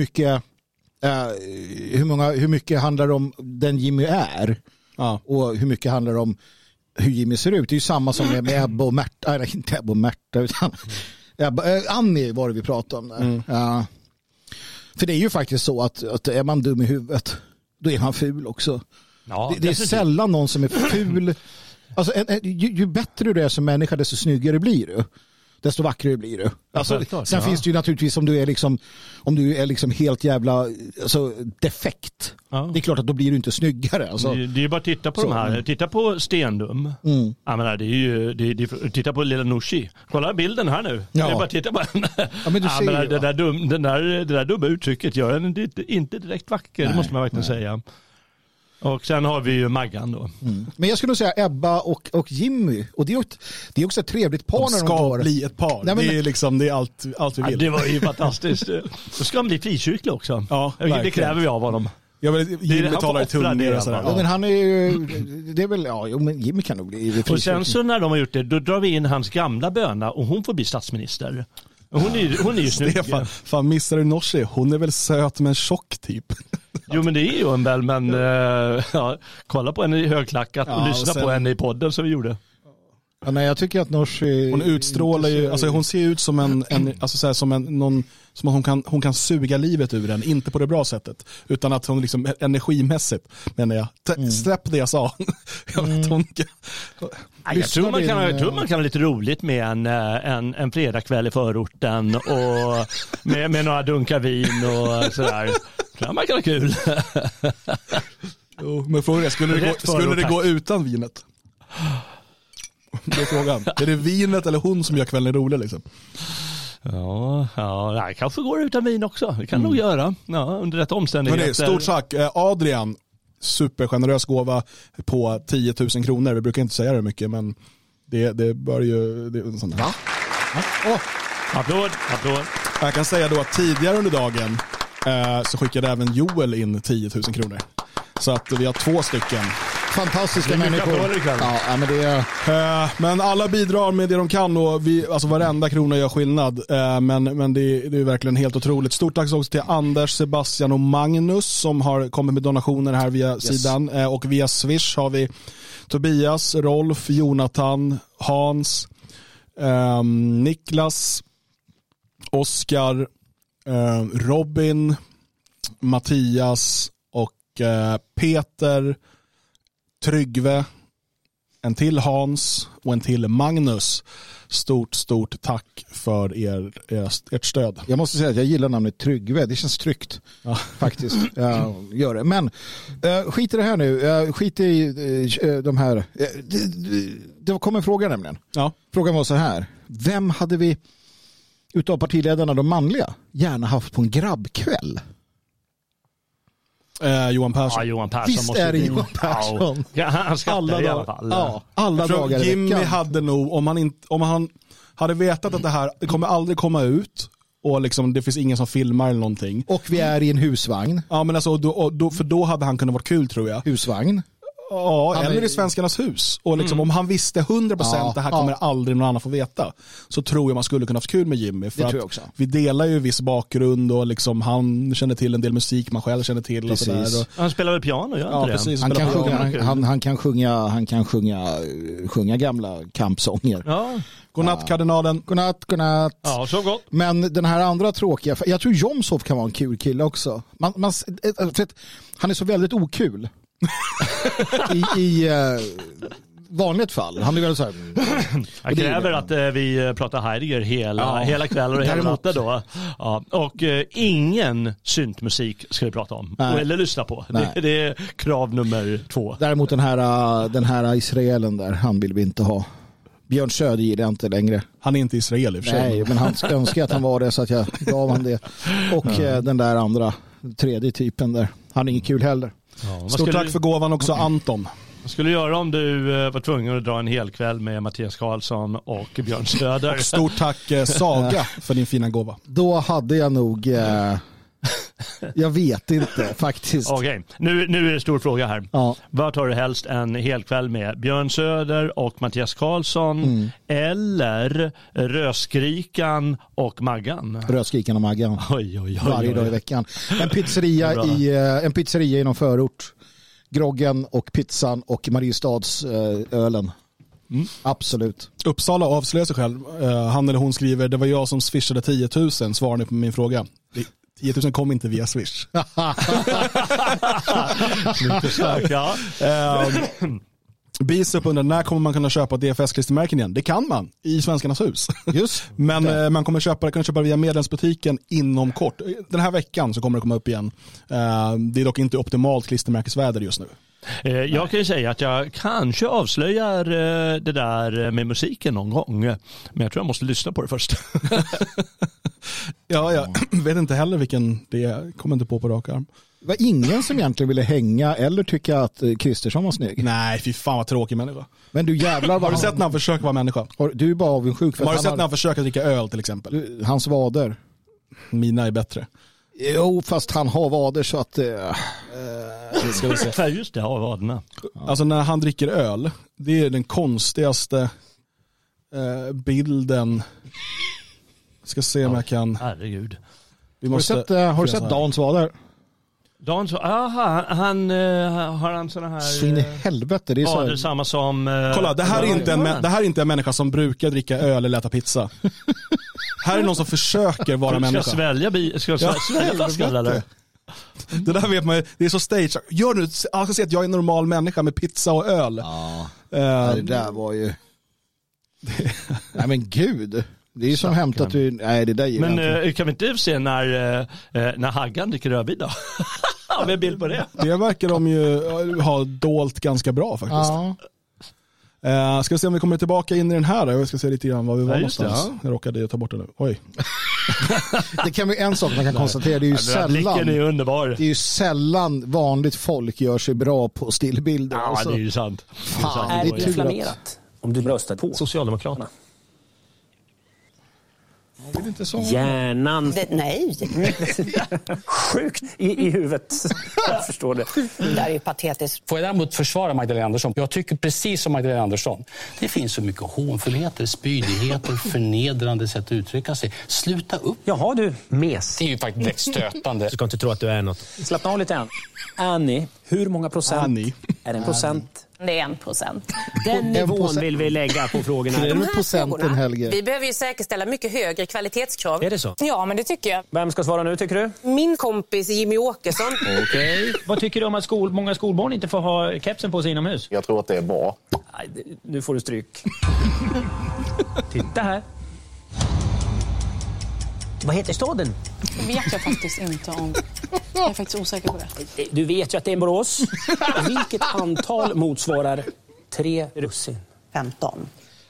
Speaker 2: mycket handlar om den Jimmy är och hur mycket handlar om hur Jimmy ser ut. Det är ju samma som med Ebba och Märta. Nej, inte Ebba och Märta utan Annie var det vi pratade om där. För det är ju faktiskt så att är man dum i huvudet då är man ful också. Ja, det är sällan någon som är ful. Alltså, ju bättre du är som människa desto snyggare blir du. Desto vackrare blir du. Alltså, sen finns det ju naturligtvis om du är liksom helt jävla defekt. Ja. Det är klart att då blir du inte snyggare. Alltså.
Speaker 3: Det är ju bara att titta på de här. Titta på Stendum. Jag menar, det är ju titta på lilla Nooshi. Kolla bilden här nu. Ja. Det är bara titta på henne. Ja, men det där dumma uttrycket gör den inte direkt vacker. Nej, det måste man verkligen säga. Och sen har vi ju Maggan då.
Speaker 2: Men jag skulle nog säga Ebba och Jimmy. Och det är också ett trevligt par.
Speaker 1: De ska bli ett par. Nej, det är allt vi vill.
Speaker 3: Ja, det var ju fantastiskt. Då ska han bli frikyrklig också. Ja, det kräver vi av honom.
Speaker 1: Jimmy talar i tunnor och sådär.
Speaker 2: Ja, men han är ju... Det är väl... Ja, men Jimmy kan nog bli frikyrklig.
Speaker 3: Och sen så när de har gjort det, då drar vi in hans gamla böna och hon får bli statsminister. Hon är ju snygg.
Speaker 1: Fan missar du Norsi? Hon är väl söt men tjock typ.
Speaker 3: Jo, men det är ju en väl, men kolla på henne i högklackat och lyssna på henne i podden som vi gjorde.
Speaker 2: Ja, nej, jag tycker att Norsi...
Speaker 1: Hon utstrålar ju, alltså hon ser ut som någon som hon kan suga livet ur den, inte på det bra sättet, utan att hon liksom energimässigt, menar jag. Släpp det jag sa. Jag
Speaker 3: tror man kan ha lite roligt med en fredagkväll i förorten och med några dunkar vin och sådär. Ja, man kan ha kul.
Speaker 1: Jo, men frågan är, skulle det gå utan vinet? Det är frågan. Är det vinet eller hon som gör kvällen rolig liksom?
Speaker 3: Ja, det kanske går utan vin också. Det kan nog göra. Ja, under rätt omständigheter.
Speaker 1: Men stort tack. Adrian, supergenerös gåva på 10 000 kronor. Vi brukar inte säga det mycket, men det bör ju... Det är en sån här.
Speaker 3: Applåd.
Speaker 1: Jag kan säga då att tidigare under dagen så skickade även Joel in 10 000 kronor. Så att vi har 2 stycken.
Speaker 2: Fantastiska människor. Ja, men det är...
Speaker 1: men alla bidrar med det de kan och alltså varenda krona gör skillnad. Men det är verkligen helt otroligt. Stort tack också till Anders, Sebastian och Magnus som har kommit med donationer här via sidan. Och via Swish har vi Tobias, Rolf, Jonathan, Hans, Niklas, Oskar, Robin, Mattias och Peter, Tryggve, en till Hans och en till Magnus. Stort tack för ert stöd.
Speaker 2: Jag måste säga att jag gillar namnet Tryggve. Det känns tryggt faktiskt. Gör det. Men skit i det här nu. Skit i de här. Det kom en fråga nämligen. Ja. Frågan var så här. Vem hade vi utav partiledarna, de manliga, gärna haft på en grabbkväll?
Speaker 1: Johan Persson.
Speaker 3: Ja, Johan Persson.
Speaker 2: Visst är det Johan Persson?
Speaker 3: Ja, han skrattar i alla fall.
Speaker 2: Ja, alla dagar i
Speaker 1: Jimmy
Speaker 2: veckan.
Speaker 1: hade nog, om han hade vetat att det här kommer aldrig komma ut och liksom, det finns ingen som filmar eller någonting.
Speaker 2: Och vi är i en husvagn.
Speaker 1: Ja, men alltså, för då hade han kunnat vara kul, tror jag.
Speaker 2: Husvagn?
Speaker 1: Ja, eller i Svenskarnas hus. Och liksom, om han visste 100% det här kommer aldrig någon annan få veta, så tror jag man skulle kunna ha kul med Jimmy. För att vi delar ju viss bakgrund och liksom, han känner till en del musik man själv känner till. Och sådär. Och
Speaker 3: han spelar väl piano, gör inte det?
Speaker 1: Precis,
Speaker 2: han kan sjunga gamla kampsånger.
Speaker 1: Ja. Godnatt, kardinalen.
Speaker 2: Godnatt.
Speaker 3: Ja, så gott.
Speaker 2: Men den här andra tråkiga, jag tror Jomshof kan vara en kul kille också. För att han är så väldigt okul. I vanligt fall. Han är väl så här.
Speaker 3: Jag kräver att vi pratar Heidegger hela kvällen och hela natten då. Ja. Och ingen syntmusik ska vi prata om. Eller lyssna på. Det är krav nummer 2.
Speaker 2: Däremot den här israelen där, han vill vi inte ha. Björn Söder gillar inte längre.
Speaker 1: Han är inte israel i och för sig.
Speaker 2: Nej, men han ska önska att han var det, så att jag gav han det. Och den där andra, tredje typen där. Han är ingen kul heller.
Speaker 1: Ja, stort tack för gåvan också, Anton.
Speaker 3: Vad skulle du göra om du var tvungen att dra en hel kväll med Mattias Karlsson och Björn Söder?
Speaker 1: Och stort tack Saga för din fina gåva.
Speaker 2: Då hade jag nog... jag vet inte faktiskt.
Speaker 3: Okej, nu är det stor fråga här. Ja. Vad tar du helst en hel kväll med? Björn Söder och Mattias Karlsson eller Röskrikan och Maggan?
Speaker 2: Röskrikan och Maggan.
Speaker 3: Oj.
Speaker 2: Varje dag i veckan. En pizzeria i någon förort. Groggen och pizzan och Mariestads ölen. Absolut.
Speaker 1: Uppsala avslöjar sig själv. Han eller hon skriver: det var jag som swishade 10 000. Svarar ni på min fråga? 10 000 kom inte via Swish. Bisup undrar, när kommer man kunna köpa DFS-klistermärken igen? Det kan man i Svenskarnas hus. Just. Men man kommer kunna köpa via medlemsbutiken inom kort. Den här veckan så kommer det komma upp igen. Det är dock inte optimalt klistermärkesväder just nu.
Speaker 3: Jag kan ju säga att jag kanske avslöjar det där med musiken någon gång. Men jag tror jag måste lyssna på det först.
Speaker 1: Jag vet inte heller vilken det är. Kommer inte på rak arm.
Speaker 2: Det var ingen som egentligen ville hänga eller tycka att Kristersson var snygg.
Speaker 1: Nej, fy fan vad tråkig människa.
Speaker 2: Men du jävlar
Speaker 1: har du sett när han försöker vara människa?
Speaker 2: Du är bara avundsjuk.
Speaker 1: Har du sett när han försöker dricka öl till exempel?
Speaker 2: Hans vader.
Speaker 1: Mina är bättre.
Speaker 2: Jo, fast han har vader så att...
Speaker 3: Ska vi se. Just det, har vaderna.
Speaker 1: Alltså när han dricker öl, det är den konstigaste bilden. Jag ska se om jag kan...
Speaker 3: Herregud.
Speaker 2: Har du sett Dans vader?
Speaker 3: Dans, han har han såna här...
Speaker 2: Så in i helvete. Det är så...
Speaker 3: det är samma som...
Speaker 1: Kolla, det här är inte en människa som brukar dricka öl eller äta pizza. Här är någon som försöker vara människa.
Speaker 3: Ska svälja flaskan eller?
Speaker 1: Det där vet man, det är så stage. Gör nu, jag ska se att jag är en normal människa med pizza och öl.
Speaker 2: Ja, det där var ju... Nej men gud. Det är ju som hämtat du... Nej, det där
Speaker 3: men kan vi inte se när Haggan dricker rödvin då? Har vi en bild på det?
Speaker 1: Det verkar de ju ha dolt ganska bra faktiskt. Ja. Ska vi se om vi kommer tillbaka in i den här. Jag ska se lite grann var vi var någonstans. Jag råkade ta bort det nu. Oj.
Speaker 2: Det kan vi en sak man kan konstatera. Det är ju sällan.
Speaker 3: Är underbar.
Speaker 2: Det är ju sällan vanligt folk gör sig bra på stillbilder.
Speaker 3: Ja,
Speaker 2: alltså.
Speaker 3: det är ju sant.
Speaker 6: Fan, är det inflammerat om du röstar på Socialdemokraterna? Hjärnan.
Speaker 9: Nej.
Speaker 6: Sjukt i huvudet. Jag förstår det.
Speaker 9: Det där är ju patetiskt.
Speaker 12: Får jag däremot försvara Magdalena Andersson? Jag tycker precis som Magdalena Andersson. Det finns så mycket hånfullheter, spydigheter, förnedrande sätt att uttrycka sig. Sluta upp.
Speaker 6: Jaha du, mes.
Speaker 12: Det är ju faktiskt direkt stötande.
Speaker 6: Du ska inte tro att du är något. Slappna av lite än. Annie, hur många procent är en procent
Speaker 11: Det är 1%.
Speaker 6: Den nivån vill vi lägga på frågorna.
Speaker 2: Det är med procenten, Helge.
Speaker 13: Vi behöver ju säkerställa mycket högre kvalitetskrav.
Speaker 6: Är det så?
Speaker 13: Ja, men det tycker jag.
Speaker 6: Vem ska svara nu, tycker du?
Speaker 13: Min kompis Jimmy Åkesson.
Speaker 6: Okej. Vad tycker du om att många skolbarn inte får ha kepsen på sig inomhus?
Speaker 10: Jag tror att det är bra.
Speaker 6: Nej, nu får du stryk. Titta här. Vad heter staden?
Speaker 11: Det vet jag faktiskt inte om. Jag är faktiskt osäker på det.
Speaker 6: Du vet ju att det är Borås. Vilket antal motsvarar 3 russin?
Speaker 9: 15.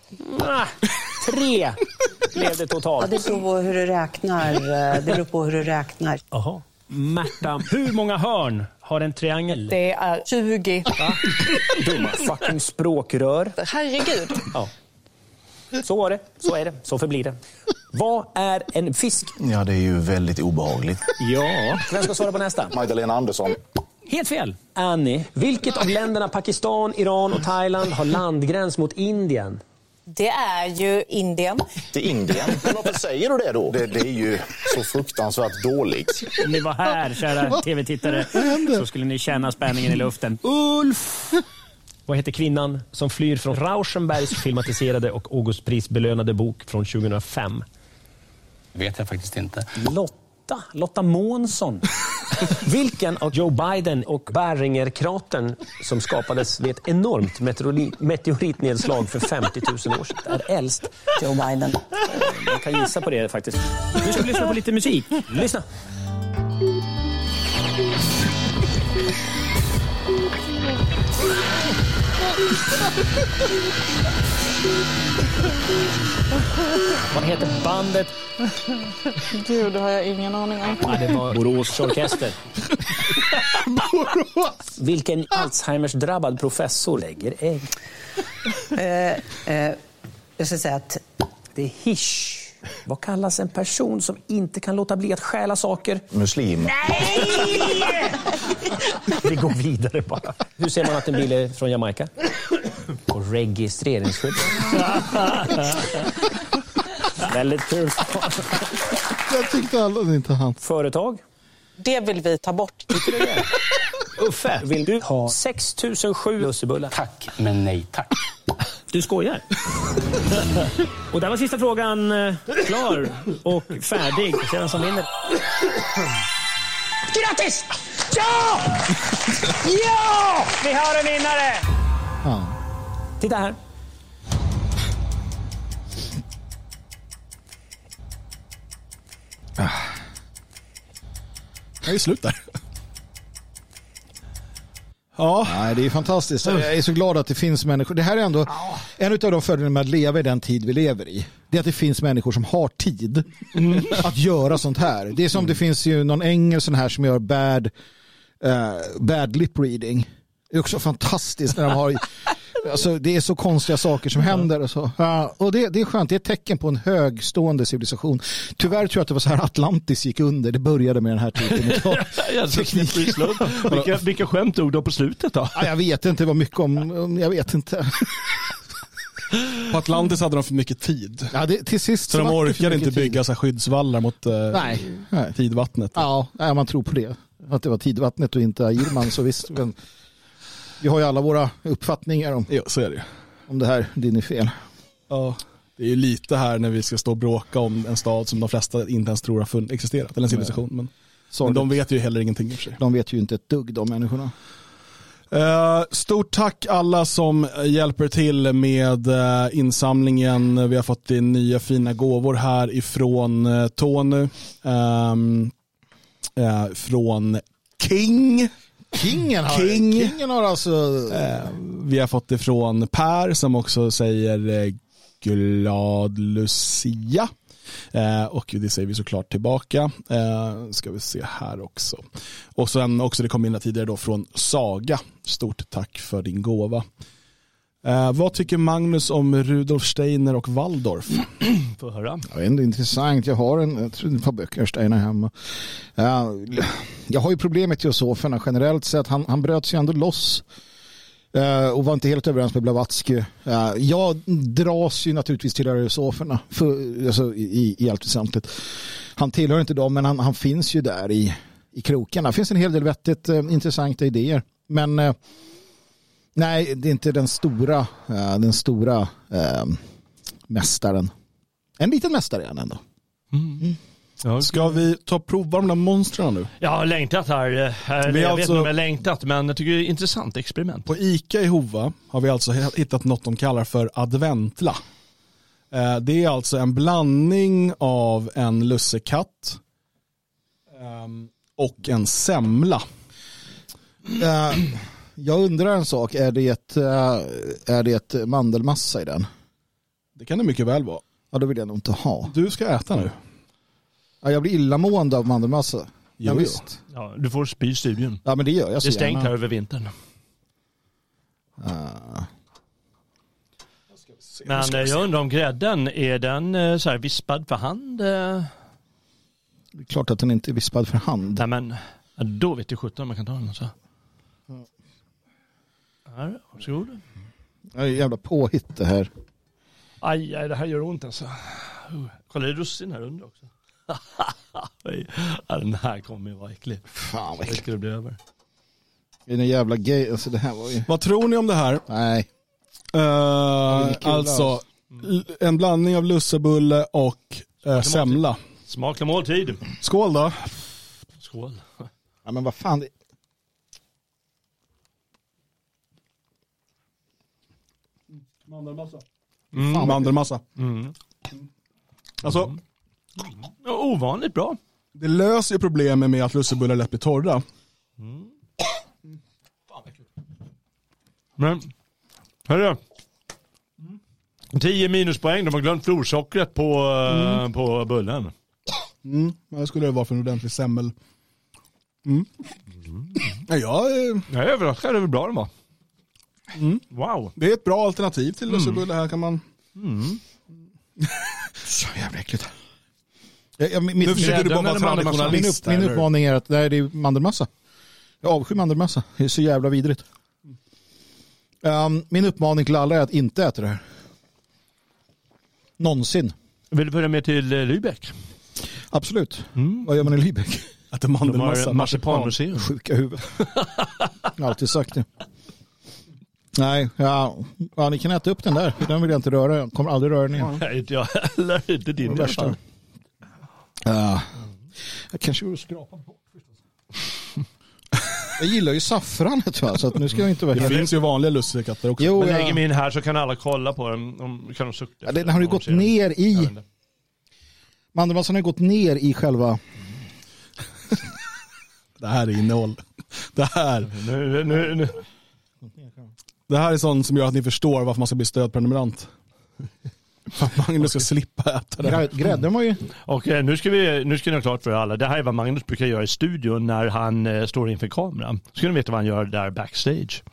Speaker 6: 3 blev det totalt.
Speaker 9: Ja, det beror på hur du räknar.
Speaker 6: Jaha. Märta, hur många hörn har en triangel?
Speaker 8: Det är 20.
Speaker 6: Dumma fucking språkrör.
Speaker 8: Herregud.
Speaker 6: Ja. Så var det, så är det, så förblir det. Vad är en fisk?
Speaker 10: Ja, det är ju väldigt obehagligt.
Speaker 6: Ja, vem ska svara på nästa?
Speaker 10: Magdalena Andersson.
Speaker 6: Helt fel. Annie, vilket av länderna Pakistan, Iran och Thailand har landgräns mot Indien?
Speaker 13: Det är ju Indien.
Speaker 10: Till Indien? Men varför säger du det då? Det är ju så fruktansvärt dåligt.
Speaker 6: Om ni var här, kära tv-tittare, så skulle ni känna spänningen i luften. Ulf! Vad heter kvinnan som flyr från Rauschenbergs filmatiserade och Augustprisbelönade bok från 2005?
Speaker 12: Vet jag faktiskt inte.
Speaker 6: Lotta Månsson. Vilken av Joe Biden och Barringerkratern som skapades vid ett enormt meteoritnedslag för 50 000 år sedan är äldst?
Speaker 9: Joe Biden.
Speaker 6: Man kan gissa på det faktiskt. Nu ska vi lyssna på lite musik. Lyssna. Vad heter bandet?
Speaker 11: Gud, det har jag ingen aning om.
Speaker 6: Ja, det var Borås orkester. Borås. Vilken Alzheimers-drabbad professor lägger ägg?
Speaker 9: Jag ska säga att
Speaker 6: det är hisch. Vad kallas en person som inte kan låta bli att stjäla saker?
Speaker 10: Muslim.
Speaker 6: Nej! Vi går vidare bara. Hur ser man att en bil är från Jamaica? På registreringsskydd. Väldigt kul.
Speaker 2: Jag tyckte alla inte han.
Speaker 6: Företag?
Speaker 8: Det vill vi ta bort.
Speaker 6: Uffe, vill du ha 6007 lussebullar?
Speaker 12: Tack, men nej tack.
Speaker 6: Du skojar. Och där var sista frågan klar och färdig. Se vem som vinner. Grattis! Ja! Ja! Vi har en vinnare!
Speaker 2: Ja.
Speaker 6: Titta här.
Speaker 1: Jag är slut där. Ja.
Speaker 2: Nej, det är fantastiskt. Jag är så glad att det finns människor. Det här är ändå en av de fördelarna med att leva i den tid vi lever i. Det är att det finns människor som har tid att göra sånt här. Det är som det finns ju någon engelsk här som gör bad lip reading. Det är också fantastiskt när de har... Alltså, det är så konstiga saker som händer och så. Och det är skönt, det är ett tecken på en högstående civilisation. Tyvärr tror jag att det var så här Atlantis gick under. Det började med den här typen av teknik.
Speaker 3: Vilka skämt tog du på slutet då?
Speaker 2: Jag vet inte vad mycket om, jag vet inte.
Speaker 1: På Atlantis hade de för mycket tid.
Speaker 2: Ja, till sist
Speaker 1: så de orkade inte bygga så skyddsvallar mot tidvattnet.
Speaker 2: Ja, man tror på det. Att det var tidvattnet och inte Irman, så visst. Men vi har ju alla våra uppfattningar om,
Speaker 1: så är det.
Speaker 2: Om det här, din är fel.
Speaker 1: Ja, det är ju lite här när vi ska stå och bråka om en stad som de flesta inte ens tror har existerat, eller en civilisation. Men de vet ju heller ingenting i sig.
Speaker 2: De vet ju inte ett dugg, de människorna.
Speaker 1: Stort tack alla som hjälper till med insamlingen. Vi har fått in nya fina gåvor här ifrån Tony. Från King.
Speaker 2: Kingen har alltså...
Speaker 1: vi har fått det från Per som också säger glad Lucia. Och det säger vi såklart tillbaka. Ska vi se här också. Och sen också det kom in tidigare då från Saga. Stort tack för din gåva. Vad tycker Magnus om Rudolf Steiner och Waldorf?
Speaker 3: Får höra.
Speaker 2: Ja, det är ändå intressant. Jag har ett par böcker Steiner hemma. Jag har ju problem med teosoferna generellt sett. Han bröt sig ändå loss och var inte helt överens med Blavatsky. Jag dras ju naturligtvis till teosoferna alltså, i allt väsentligt. Han tillhör inte dem, men han finns ju där i krokarna. Det finns en hel del vettigt intressanta idéer. Men Nej, det är inte den stora mästaren. En liten mästare är han ändå.
Speaker 3: Ja.
Speaker 1: Ska vi ta prova de där monstren nu?
Speaker 3: Jag har längtat här. Jag vet inte om jag har längtat, men jag tycker det är ett intressant experiment.
Speaker 1: På ICA i Hova har vi alltså hittat något de kallar för adventla. Det är alltså en blandning av en lussekatt och en semla.
Speaker 2: Jag undrar en sak. Är det ett mandelmassa i den?
Speaker 1: Det kan det mycket väl vara.
Speaker 2: Ja, då vill jag nog inte ha.
Speaker 1: Du ska äta nu.
Speaker 2: Ja, jag blir illamående av mandelmassa. Ja, visst.
Speaker 3: Ja, du får spy i studion.
Speaker 2: Ja, men det gör jag så
Speaker 3: det är stängt
Speaker 2: gärna.
Speaker 3: här över vintern. Men jag undrar om grädden, är den så här vispad för hand?
Speaker 2: Det är klart att den inte är vispad för hand.
Speaker 3: Nej, men då vet jag 17 man kan ta den så. Här, varsågod.
Speaker 2: Jag är jävla påhitt det här.
Speaker 3: Aj, det här gör ont alltså. Kolla, det är russin här under också. Den här kommer ju vara äcklig.
Speaker 2: Fan vad
Speaker 3: äckligt det blir över.
Speaker 2: Det är en jävla gay. Alltså, det här var ju...
Speaker 1: Vad tror ni om det här?
Speaker 2: Nej.
Speaker 1: Alltså, en blandning av lussebulle och semla.
Speaker 3: Smaklig måltid.
Speaker 1: Skål då.
Speaker 3: Skål.
Speaker 2: Ja, men vad fan.
Speaker 1: Mandelmassa.
Speaker 2: Mandelmassa.
Speaker 1: Alltså,
Speaker 3: ovanligt bra.
Speaker 1: Det löser ju problemet med att lussebullar lätt blir torra.
Speaker 3: Men, hörru. 10 minuspoäng. De har glömt florsockret på bullen.
Speaker 1: Vad skulle det vara för en ordentlig semmel? Jag
Speaker 3: är överraskad över hur bra den var. Wow.
Speaker 1: Det är ett bra alternativ till lussebulle. Här kan man...
Speaker 2: Så jävla äckligt.
Speaker 1: Nu försöker du bara vara traditionalist.
Speaker 2: Min uppmaning är att det här är mandelmassa. Jag avskyr mandelmassa. Det är så jävla vidrigt. Min uppmaning till alla är att inte äta det här. Någonsin.
Speaker 3: Vill du följa med till Lübeck?
Speaker 2: Absolut. Vad gör man i Lübeck?
Speaker 1: Att mandelmassa.
Speaker 3: Marsipanmuseum.
Speaker 2: Sjuka huvud. Jag har alltid sagt det. Nej, ni kan äta upp den där. Den vill jag inte röra. Jag kommer aldrig röra den igen.
Speaker 3: Nej, inte jag heller. Inte din värsta.
Speaker 2: Jag kanske vill skrapa på. Jag gillar ju saffranet, så att nu ska jag inte vara.
Speaker 1: Det finns ju vanliga lussekatter också.
Speaker 3: Jo, men lägger mig in här så kan alla kolla på den. Kan de sukta.
Speaker 2: Den har ju gått ner i. Mandelmassan har gått ner i själva.
Speaker 1: Det här är innehåll. Det här.
Speaker 3: Nu.
Speaker 1: Det här är sånt som gör att ni förstår varför man ska bli stödprenumerant. För att Magnus ska slippa äta det.
Speaker 2: Grädden var ju...
Speaker 3: Okej, nu ska ni ha klart för alla. Det här är vad Magnus brukar göra i studion när han står inför kameran. Ska ni veta vad han gör där backstage.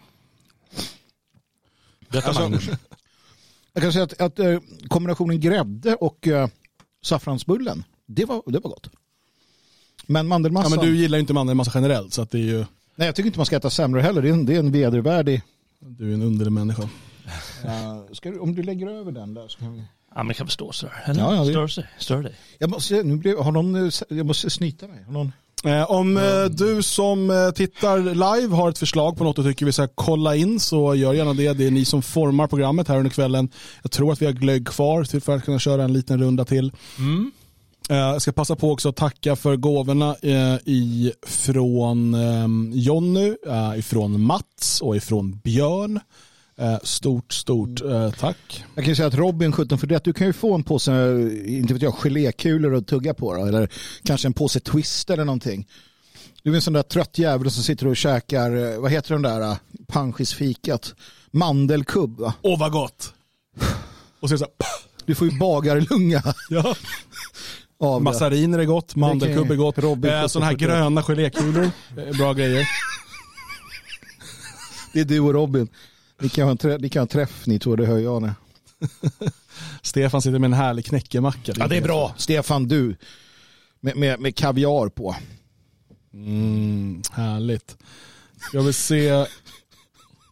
Speaker 3: Magnus.
Speaker 2: Jag kan säga att kombinationen grädde och saffransbullen, det var gott. Men mandelmassa...
Speaker 1: Ja, men du gillar ju inte mandelmassa generellt, så att det är ju...
Speaker 2: Nej, jag tycker inte man ska äta sämre heller. Det är en vedervärdig...
Speaker 1: Du är en underlig människa.
Speaker 2: Om du lägger över den där så kan vi...
Speaker 3: Ja, men kan vi stå så där? Stör dig.
Speaker 2: Jag måste snyta mig.
Speaker 1: Om du som tittar live har ett förslag på något du tycker vi ska kolla in, så gör gärna det. Det är ni som formar programmet här under kvällen. Jag tror att vi har glögg kvar för att kunna köra en liten runda till. Jag ska passa på också att tacka för gåvorna ifrån Jonny, ifrån Mats och ifrån Björn. Stort tack.
Speaker 2: Jag kan säga att Robin 1741, du kan ju få en påse, inte vet jag, gelékulor att tugga på då, eller kanske en påse twist eller någonting. Du är en sån där trött jävel som sitter och käkar, vad heter den där panschisfikat? Mandelkubb, va?
Speaker 1: Åh, vad gott. Och så är det så här,
Speaker 2: du får ju bagarlunga.
Speaker 1: Ja. Massariner är gott, mandelkubb är gott. Sådana här gröna gelékulor, bra grejer.
Speaker 2: Det är du och Robin. Ni kan ha en träff, ni tror, det hör jag nu.
Speaker 1: Stefan sitter med en härlig knäckemacka.
Speaker 2: Ja, det är bra. Stefan, du. Med kaviar på.
Speaker 1: Härligt. Jag vill se...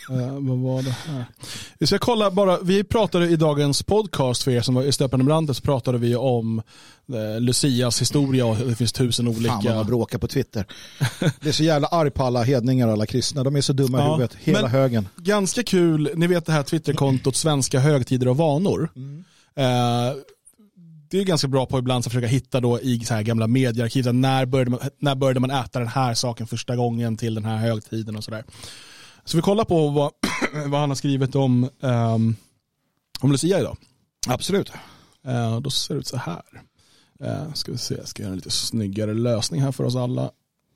Speaker 1: Vad var det här? Vi ska kolla bara, vi pratade i dagens podcast för er som var i Stöpande brandet, så pratade vi om Lucias historia och det finns 1000 olika...
Speaker 2: Fan vad man bråkar på Twitter. Det är så jävla arg på alla hedningar och alla kristna. De är så dumma i huvudet, hela högen.
Speaker 1: Ganska kul, ni vet det här Twitterkontot Svenska högtider och vanor. Det är ganska bra på ibland att försöka hitta då i så här gamla mediearkiv när började man äta den här saken första gången till den här högtiden och sådär. Så vi kollar på vad han har skrivit om Lucia idag.
Speaker 2: Absolut.
Speaker 1: Då ser det ut så här. Ska vi se, jag ska göra en lite snyggare lösning här för oss alla.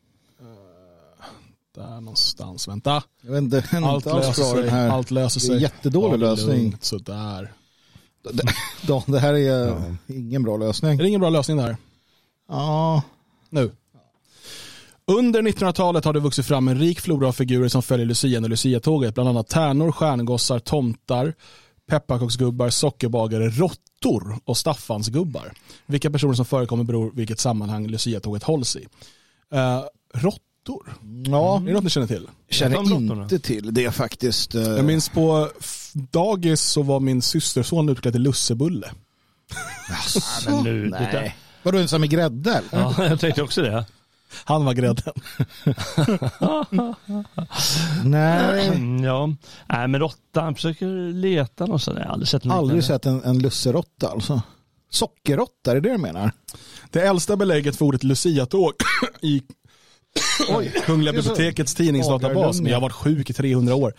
Speaker 1: Där någonstans, vänta.
Speaker 2: Jag vet inte,
Speaker 1: allt löser sig.
Speaker 2: Det är jättedålig lösning.
Speaker 1: Sådär.
Speaker 2: Det här är ingen bra lösning.
Speaker 1: Det är ingen bra lösning där.
Speaker 2: Ja.
Speaker 1: Nu. Under 1900-talet har det vuxit fram en rik flora av figurer som följer Lucian och Lucia-tåget. Bland annat tärnor, stjärngossar, tomtar, pepparkaksgubbar, sockerbagare, råttor och Staffansgubbar. Vilka personer som förekommer beror vilket sammanhang Lucia-tåget hålls i. Råttor?
Speaker 2: Ja.
Speaker 1: Är det något ni känner till?
Speaker 2: Känner inte till det faktiskt.
Speaker 1: Jag minns på dagis så var min systerson utklädd till lussebulle.
Speaker 2: Men nu, nej. Var du ensam i grädde?
Speaker 3: Ja, jag tänkte också det.
Speaker 1: Han var grädden.
Speaker 2: Nej.
Speaker 3: Nej, men råttan försöker leta något sådär.
Speaker 2: Aldrig sett en lusserotta alltså. Sockerrotta, är det du menar?
Speaker 1: Det äldsta belägget för ordet Lucia-tåg i Kungliga bibliotekets tidningsdatabas, men jag har varit sjuk i 300 år,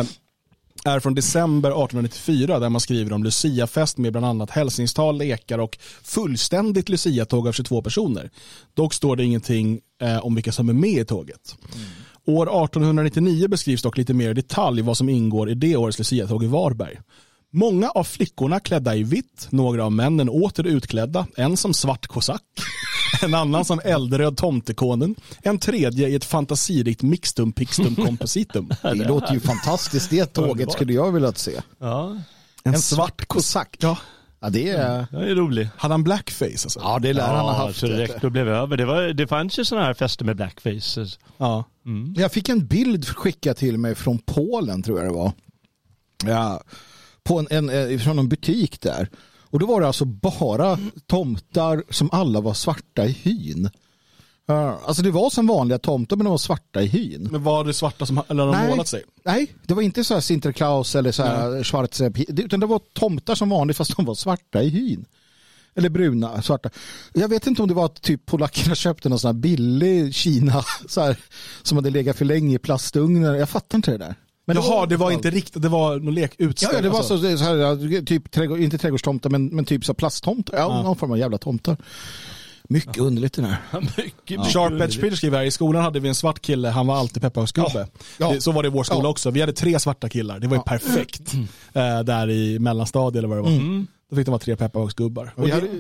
Speaker 1: är från december 1894 där man skriver om Lucia-fest med bland annat hälsningstal, lekar och fullständigt Lucia-tåg av 22 personer. Dock står det ingenting om vilka som är med i tåget. År 1899 beskrivs dock lite mer i detalj vad som ingår i det årets Lucia-tåg i Varberg. Många av flickorna klädda i vitt, några av männen åter utklädda, en som svart kosack, en annan som eldröd tomtekonen, en tredje i ett fantasirikt mixtum pixtum compositum.
Speaker 2: Det låter ju fantastiskt, det tåget skulle jag vilja se.
Speaker 3: Ja.
Speaker 2: En svart kosack.
Speaker 1: Ja.
Speaker 2: Ja, det är
Speaker 3: roligt.
Speaker 1: Hade han blackface alltså?
Speaker 2: Ja, det lär han ha haft.
Speaker 3: Så direkt blev över. Det fanns ju sådana här fester med blackface.
Speaker 1: Ja.
Speaker 2: Jag fick en bild skickad till mig från Polen, tror jag det var. Ja, på från en butik där. Och då var det alltså bara tomtar som alla var svarta i hyn. Alltså det var som vanliga tomtar, men de var svarta i hyn.
Speaker 1: Men var det svarta som eller de målat sig?
Speaker 2: Nej, det var inte så här Sinterklaus eller så här Schwarze, utan det var tomtar som vanligt fast de var svarta i hyn. Eller bruna, svarta. Jag vet inte om det var att typ polackerna köpte någon sån här billig Kina så här, som hade legat för länge i plastugnar. Jag fattar inte det där. Men
Speaker 1: det var inte riktigt, det var någon lek utställ.
Speaker 2: Ja, det var så här, typ inte trädgårdstomtar men typ så plasttomtar. Ja, någon form av jävla tomtar. Mycket underligt det där.
Speaker 1: Sharp Edge Peter skriver här, i skolan hade vi en svart kille, han var alltid pepparkaksgubbe. Ja. Så var det i vår skola också. Vi hade 3 svarta killar, det var ju perfekt. Där i mellanstadiet eller vad det var. Då fick de vara 3 pepparkaksgubbar.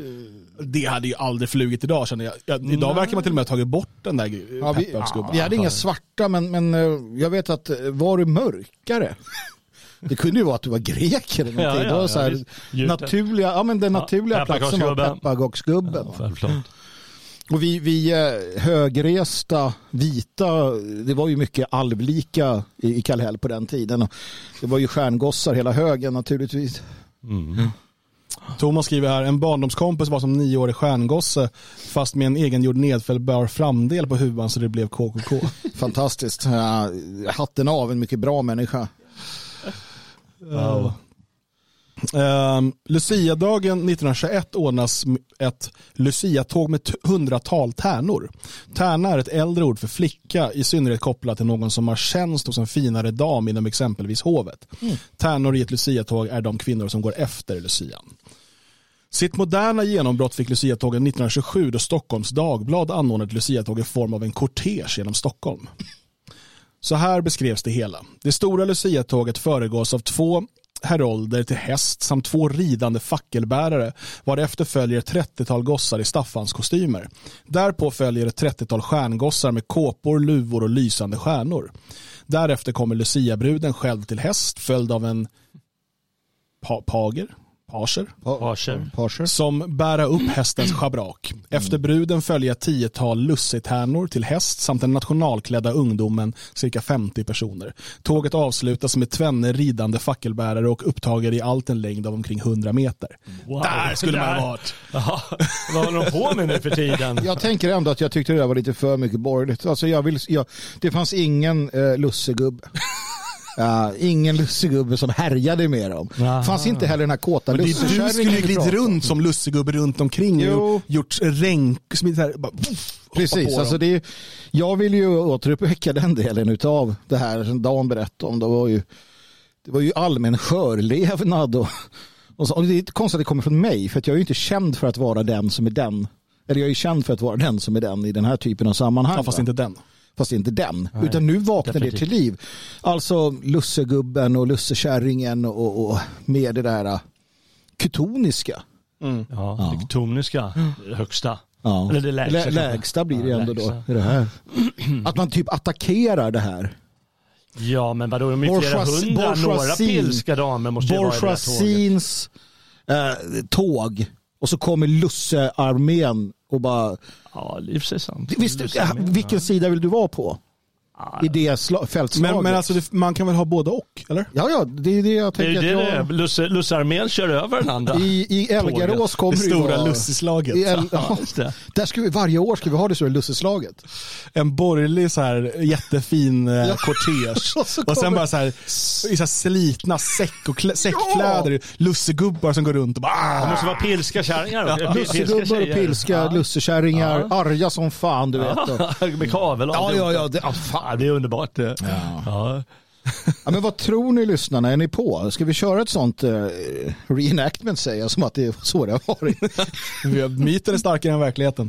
Speaker 1: Det hade ju aldrig flugit idag, känner jag. Idag verkar man till och med ha tagit bort den där pepparkaksgubban.
Speaker 2: Vi hade inga svarta, men jag vet att var du mörkare? Det kunde ju vara att du var grek eller någonting. Det var så här naturliga, den naturliga platsen var pepparkaksgubben. Och vi högresta vita, det var ju mycket alvlika i Kallhäll på den tiden. Det var ju stjärngossar hela högen naturligtvis.
Speaker 1: Thomas skriver här, en barndomskompis var som 9-årig stjärngosse fast med en egengjord nedfällbar framdel på huvan så det blev KKK.
Speaker 2: Fantastiskt. Hatten av, en mycket bra människa.
Speaker 1: Wow. Lucia-dagen 1921 ordnas ett Lucia-tåg med 100-tal tärnor. Tärna är ett äldre ord för flicka, i synnerhet kopplat till någon som har tjänst hos en finare dam inom exempelvis hovet. Tärnor i ett Lucia-tåg är de kvinnor som går efter Lucian. Sitt moderna genombrott fick Lucia-tågen 1927 då Stockholms Dagblad anordnade Lucia-tåg i form av en kortege genom Stockholm. Så här beskrevs det hela. Det stora Lucia-tåget föregås av 2 herolder till häst samt 2 ridande fackelbärare, varefter följer ett 30-tal gossar i Staffans kostymer. Därpå följer ett 30-tal stjärngossar med kåpor, luvor och lysande stjärnor. Därefter kommer Lucia-bruden själv till häst, följd av en pager parser som bära upp hästens schabrak. Efter bruden följer 10-tal lussetärnor till häst samt den nationalklädda ungdomen, cirka 50 personer. Tåget avslutas med tvenne ridande fackelbärare och upptager i allt en längd av omkring 100 meter.
Speaker 3: Wow,
Speaker 1: där skulle man ha varit.
Speaker 3: Ja, vad håller de på med nu för tiden?
Speaker 2: Jag tänker ändå att jag tyckte det var lite för mycket borgerligt. Alltså det fanns ingen lussegubbe. Ingen lussegubbe som härjade med dem. Det fanns inte heller den här kåta lussekärringen.
Speaker 1: Du skulle ju glida runt som lussegubbe runt omkring och gjort regn.
Speaker 2: Precis, alltså jag vill ju återuppväcka den delen utav det här som Dan berättade om. Det var ju allmän skörlevnad och så. Och det är inte konstigt att det kommer från mig, för att jag är ju inte känd för att vara den som är den. Eller jag är känd för att vara den som är den i den här typen av sammanhang.
Speaker 1: Ja, fast inte den.
Speaker 2: Nej, utan nu vaknar det till liv. Alltså lussegubben och lussekärringen och med det där kutoniska.
Speaker 3: Ja, det kutoniska högsta.
Speaker 2: Ja.
Speaker 3: Eller det
Speaker 2: lägsta blir det ändå då. Det här. Att man typ attackerar det här.
Speaker 3: Ja, men vadå, de är flera hundra, några pilska damer måste ju vara i det här
Speaker 2: tåget. Tåg. Och så kommer lussearmén och bara...
Speaker 3: Ja, det är för sig sant.
Speaker 2: Vilken sida vill du vara på? I det fältslaget.
Speaker 1: Men alltså man kan väl ha både och, eller?
Speaker 2: Ja, det är det jag tänker.
Speaker 3: Det är det. Lussarmén kör över den andra.
Speaker 2: I Elgarås kommer
Speaker 1: det stora lussislaget.
Speaker 2: Där ska vi, varje år ska vi ha det stora lussislaget.
Speaker 1: En borgerlig så här jättefin kortege. och sen bara så här, i så här slitna säckkläder, lussegubbar som går runt och bara...
Speaker 3: Det måste vara pilska kärringar.
Speaker 2: Lussegubbar och pilska lussekärringar. Arga som fan, du vet.
Speaker 3: Med kavel.
Speaker 2: Ja.
Speaker 3: Det är underbart.
Speaker 2: Ja, men vad tror ni lyssnarna? Är ni på? Ska vi köra ett sånt reenactment, säga som att det är så det har varit?
Speaker 1: Myten är starkare än verkligheten.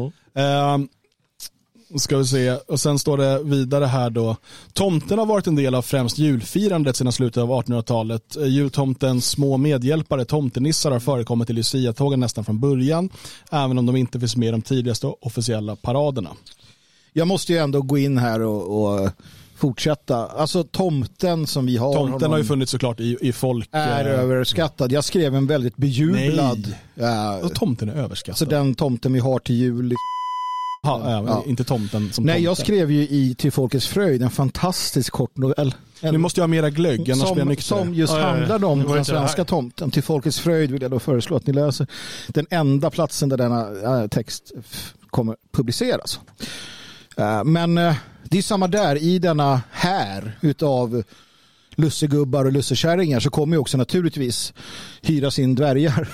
Speaker 1: Ska vi se. Och sen står det vidare här då. Tomten har varit en del av främst julfirandet sedan slutet av 1800-talet. Jultomtens små medhjälpare, tomtenissar, har förekommit i Lucia-tågen nästan från början, även om de inte finns med de tidigaste officiella paraderna.
Speaker 2: Jag måste ju ändå gå in här och fortsätta. Alltså tomten som vi har.
Speaker 1: Tomten har ju funnits såklart i folk.
Speaker 2: Är överskattad. Jag skrev en väldigt bejublad.
Speaker 1: Tomten är överskattad.
Speaker 2: Så den tomten vi har till jul.
Speaker 1: Inte tomten som
Speaker 2: Nej,
Speaker 1: tomten.
Speaker 2: Jag skrev ju till Folkets fröjd en fantastisk kort novell.
Speaker 1: Nu måste jag ha mera glögg, annars blir jag nykter.
Speaker 2: Som just handlade om den svenska tomten. Till Folkets fröjd vill jag då föreslå att ni läser den enda platsen där denna text kommer publiceras. Men det är samma där, i denna här utav lussegubbar och lussekärringar så kommer ju också naturligtvis hyra sin dvärgar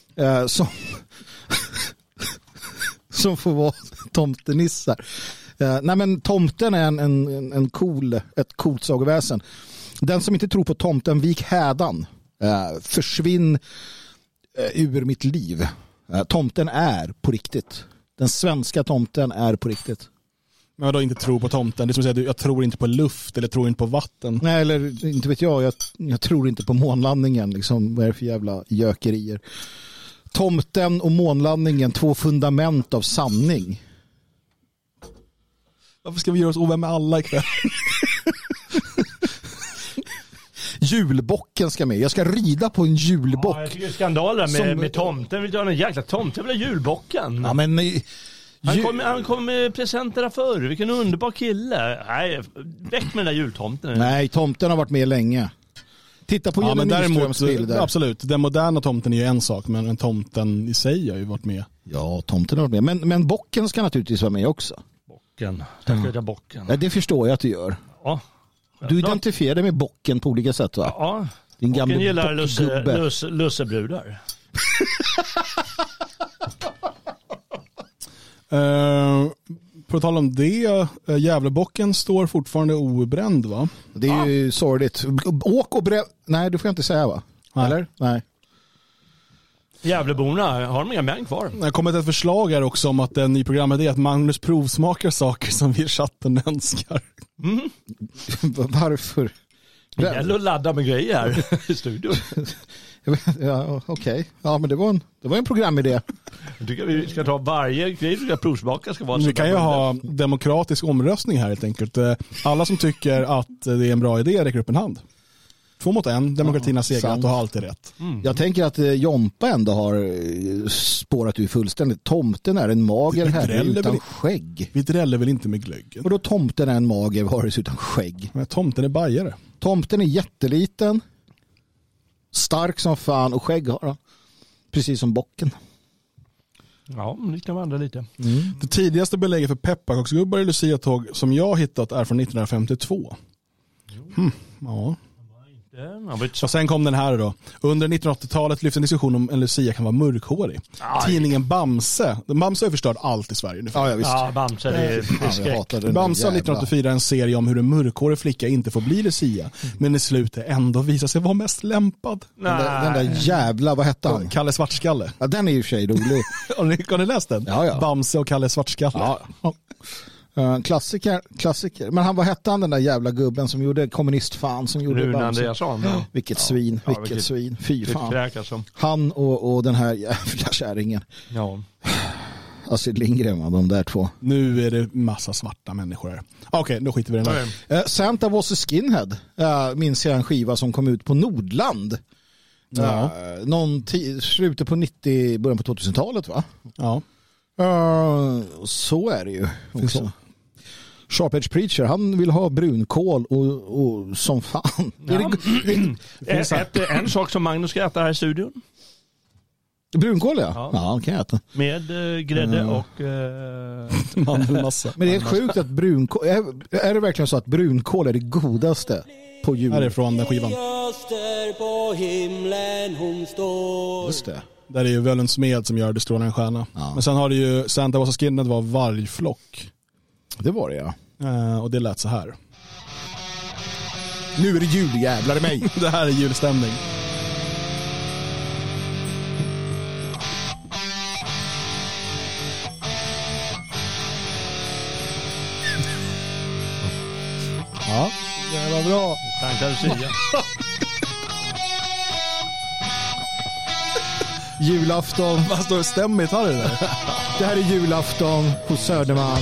Speaker 2: som får vara tomtenissar. Nej, men tomten är ett coolt sagoväsen. Den som inte tror på tomten, vik hädan. Försvinn ur mitt liv. Tomten är på riktigt. Den svenska tomten är på riktigt.
Speaker 1: Men jag då inte tror på tomten. Det är som att säga, jag tror inte på luft eller tror inte på vatten.
Speaker 2: Nej, eller inte vet jag. Jag tror inte på månlandningen. Liksom, vad är det för jävla gökerier? Tomten och månlandningen, två fundament av sanning.
Speaker 1: Varför ska vi göra oss ovän med alla ikväll?
Speaker 2: Julbocken ska med. Jag ska rida på en julbock.
Speaker 3: Ja, jag tycker det är skandaler med tomten. Vill du ha någon jäkla tomten? Jag vill ha julbocken.
Speaker 2: Ja, men...
Speaker 3: Han kom med presenterna förr. Vilken underbar kille. Nej, väck med den där jultomten.
Speaker 2: Nej, tomten har varit med länge. Titta på Jenny Nyströms bilder.
Speaker 1: Absolut, den moderna tomten är ju en sak, men en tomten i sig har ju varit med.
Speaker 2: Ja, tomten har varit med. Men bocken ska naturligtvis vara med också.
Speaker 3: Bocken. Bocken.
Speaker 2: Ja, det förstår jag att du gör.
Speaker 3: Ja.
Speaker 2: Du identifierar dig med bocken på olika sätt, va?
Speaker 3: Ja.
Speaker 2: Din gamla
Speaker 3: bocken gillar lussebrudar.
Speaker 1: På tal om det, Gävlebocken står fortfarande obränd, va?
Speaker 2: Det är ju sorgligt. Åk och bränn... Nej, det får jag inte säga, va? Eller? Nej.
Speaker 3: Gävleborna, har de inga män kvar?
Speaker 1: Det har kommit ett förslag här också om att den i programmet är att Magnus provsmakar saker som vi i chatten önskar.
Speaker 3: Mm.
Speaker 2: Varför?
Speaker 3: Det gäller att ladda med grejer här i studion.
Speaker 2: Ja, okej. Ja, men det var en programidé.
Speaker 3: Jag tycker vi ska ta varje grej vi ska provsmaka ska vara.
Speaker 1: Vi kan ju ha demokratisk omröstning här helt enkelt. Alla som tycker att det är en bra idé räcker upp en hand. 2-1, demokratin har segrat och har alltid rätt.
Speaker 2: Jag tänker att Jompa ändå har spårat ur fullständigt. Tomten är en mager herre utan skägg.
Speaker 1: Vi dräller väl inte med glöggen?
Speaker 2: Och då tomten är en mager varelse utan skägg.
Speaker 1: Men tomten är bajare.
Speaker 2: Tomten är jätteliten, stark som fan och skägg har han. Precis som bocken.
Speaker 3: Ja, det kan vandra lite.
Speaker 1: Det tidigaste belägget för pepparkaksgubbar i Lucia-tåg som jag har hittat är från 1952. Ja. Och sen kom den här då. Under 1980-talet lyfte en diskussion om en Lucia kan vara mörkhårig. Tidningen Bamse. Bamse har förstört allt i Sverige nu.
Speaker 3: Ja, Bamse, det är skräck.
Speaker 1: Bamse 1984 en serie om hur en mörkhårig flicka inte får bli Lucia. Men i slutet ändå visar sig vara mest lämpad.
Speaker 2: Den där jävla, vad hette han?
Speaker 1: Kalle Svartskalle.
Speaker 2: Ja, den är ju tjej rolig.
Speaker 1: Har ni läst den?
Speaker 2: Ja.
Speaker 1: Bamse och Kalle Svartskalle.
Speaker 2: Ja. Klassiker. Men vad hette han den där jävla gubben som gjorde kommunistfan som gjorde
Speaker 3: Rune Andreasson.
Speaker 2: Vilket svin. Fy fan. Han och den här jävla kärringen.
Speaker 3: Ja.
Speaker 2: Astrid Lindgren, de där två.
Speaker 1: Nu är det massa svarta människor här. Okej, då skiter vi i den här.
Speaker 2: Santa was a skinhead. Minns jag en skiva som kom ut på Nordland. Slutet på 90, början på 2000-talet, va?
Speaker 1: Ja.
Speaker 2: Så är det ju också. Sharp Edge Preacher, han vill ha brunkål och som fan.
Speaker 3: En sak som Magnus ska äta här i studion.
Speaker 2: Brunkål, ja. Ja, han kan äta.
Speaker 3: Med grädde och
Speaker 1: mandelmassa.
Speaker 2: Men det är sjukt att brunkål, är det verkligen så att brunkål är det godaste på jul?
Speaker 1: Här är från den skivan.
Speaker 2: Just det.
Speaker 1: Där är ju Völens Smed som gör Det strålar en stjärna. Ja. Men sen har det ju Santa was a skinhead var vargflock.
Speaker 2: Det var det, ja.
Speaker 1: Och det lät så här.
Speaker 2: Nu är det jul, jävlar i mig.
Speaker 1: Det här är julstämning. Ja, det var bra.
Speaker 2: Julafton.
Speaker 1: Vad står det stämmigt här där?
Speaker 2: Det här är julafton på Söderman.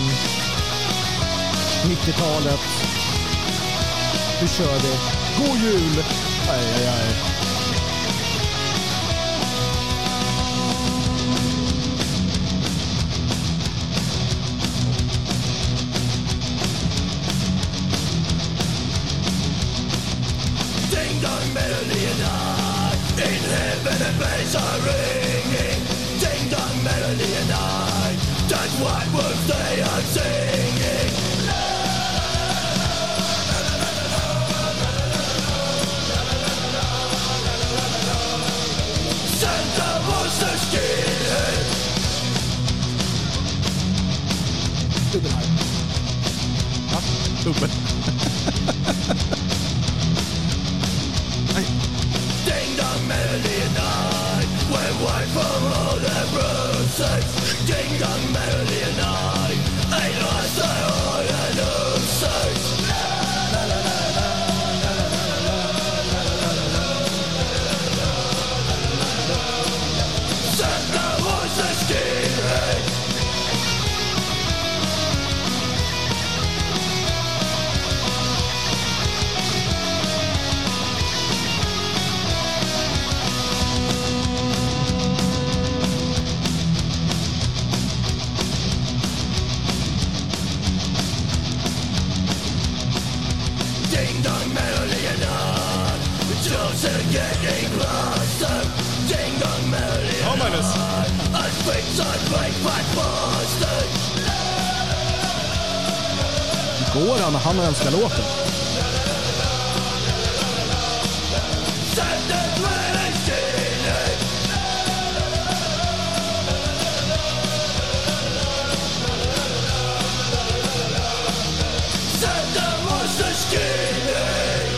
Speaker 2: 90-talet. Nu kör vi. God jul!
Speaker 1: Aj.
Speaker 14: Ding dong melody and I in heaven and bells are ringing. Ding dong melody and I, that's what words they are singing. Santa was a skinhead. Ding dong melody and I went white from all the roses. Ding dong melody and I ain't lost all the losers. Santa was a skinhead. Ding dong melody and I just getting closer. Ding dong melody and I speaks on great fat bastard.
Speaker 1: Går han önskar låten?
Speaker 14: Santa's really skinhead. Santa was a skinhead.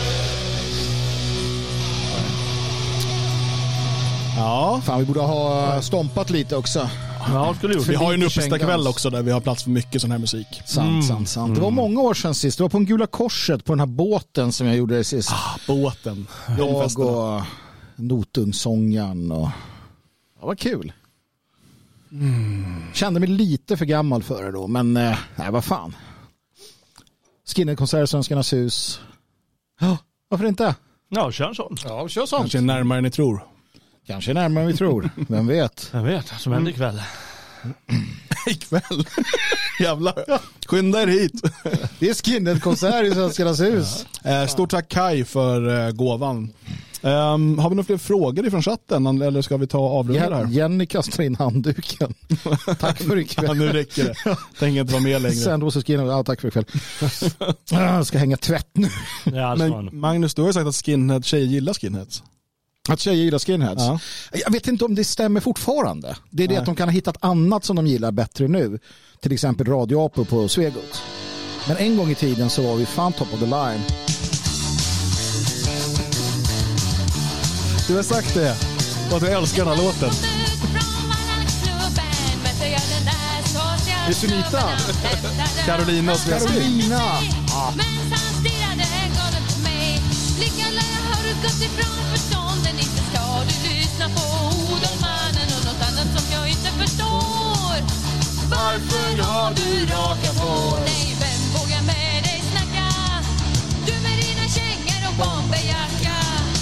Speaker 2: Ja, fan vi borde ha stompat lite också.
Speaker 3: Ja, skulle gjort.
Speaker 1: Vi har ju en uppestakväll också där vi har plats för mycket sån här musik.
Speaker 2: Sant. Det var många år sedan sist. Det var på en Gula Korset på den här båten som jag gjorde det sist.
Speaker 1: Båten.
Speaker 2: Jag och Notungsångaren och... Ja, vad kul. Kände mig lite för gammal för det då, men nej, vad fan. Skinhead-konsert, Svenskarnas hus. Ja, varför inte?
Speaker 3: Ja, kör en sån.
Speaker 2: Ja, kör sånt.
Speaker 1: Kanske närmare än ni tror.
Speaker 2: Kanske närmare än vi tror. Vem vet?
Speaker 3: Jag vet, som händer ikväll.
Speaker 1: Ikväll? Jävlar. Skynda er hit.
Speaker 2: Det är Skinhead-konsert i Svenskarnas hus.
Speaker 1: Stort tack Kai för gåvan. Har vi några fler frågor ifrån chatten eller ska vi ta avrunda här?
Speaker 2: Jenny kastar in handduken. Tack för ikväll.
Speaker 1: Ja, nu räcker det. Tänker inte vara med längre.
Speaker 2: Sen då så tack för ikväll. Jag ska hänga tvätt nu.
Speaker 3: Ja,
Speaker 1: men Magnus, du har ju sagt att tjejer gillar skinheads.
Speaker 2: Att tjejer gillar skinheads?
Speaker 1: Ja.
Speaker 2: Jag vet inte om det stämmer fortfarande. Det är det att de kan ha hittat annat som de gillar bättre nu. Till exempel radioapor på Svegot. Men en gång i tiden så var vi fan top of the line.
Speaker 1: Du har sagt det. Och att du älskar den här låten.
Speaker 2: Det är Sunita.
Speaker 1: Carolina och Svensk.
Speaker 2: Carolina.
Speaker 14: Ja. Gått ifrån förstånden, inte ska du lyssna på Odelmannen och något annat som jag inte förstår. Varför har du raka hår? Nej, vem vågar med dig snacka? Du med dina kängor och bomberjacka.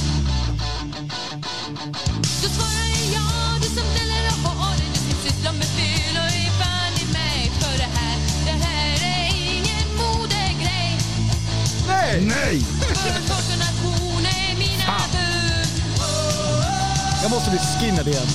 Speaker 14: Då svarar jag, du som ställer och har det. Du som sysslar med fyll och är fan i mig. För det här är ingen modegrej.
Speaker 2: Nej! Nej! Jag måste bli skinnad igen.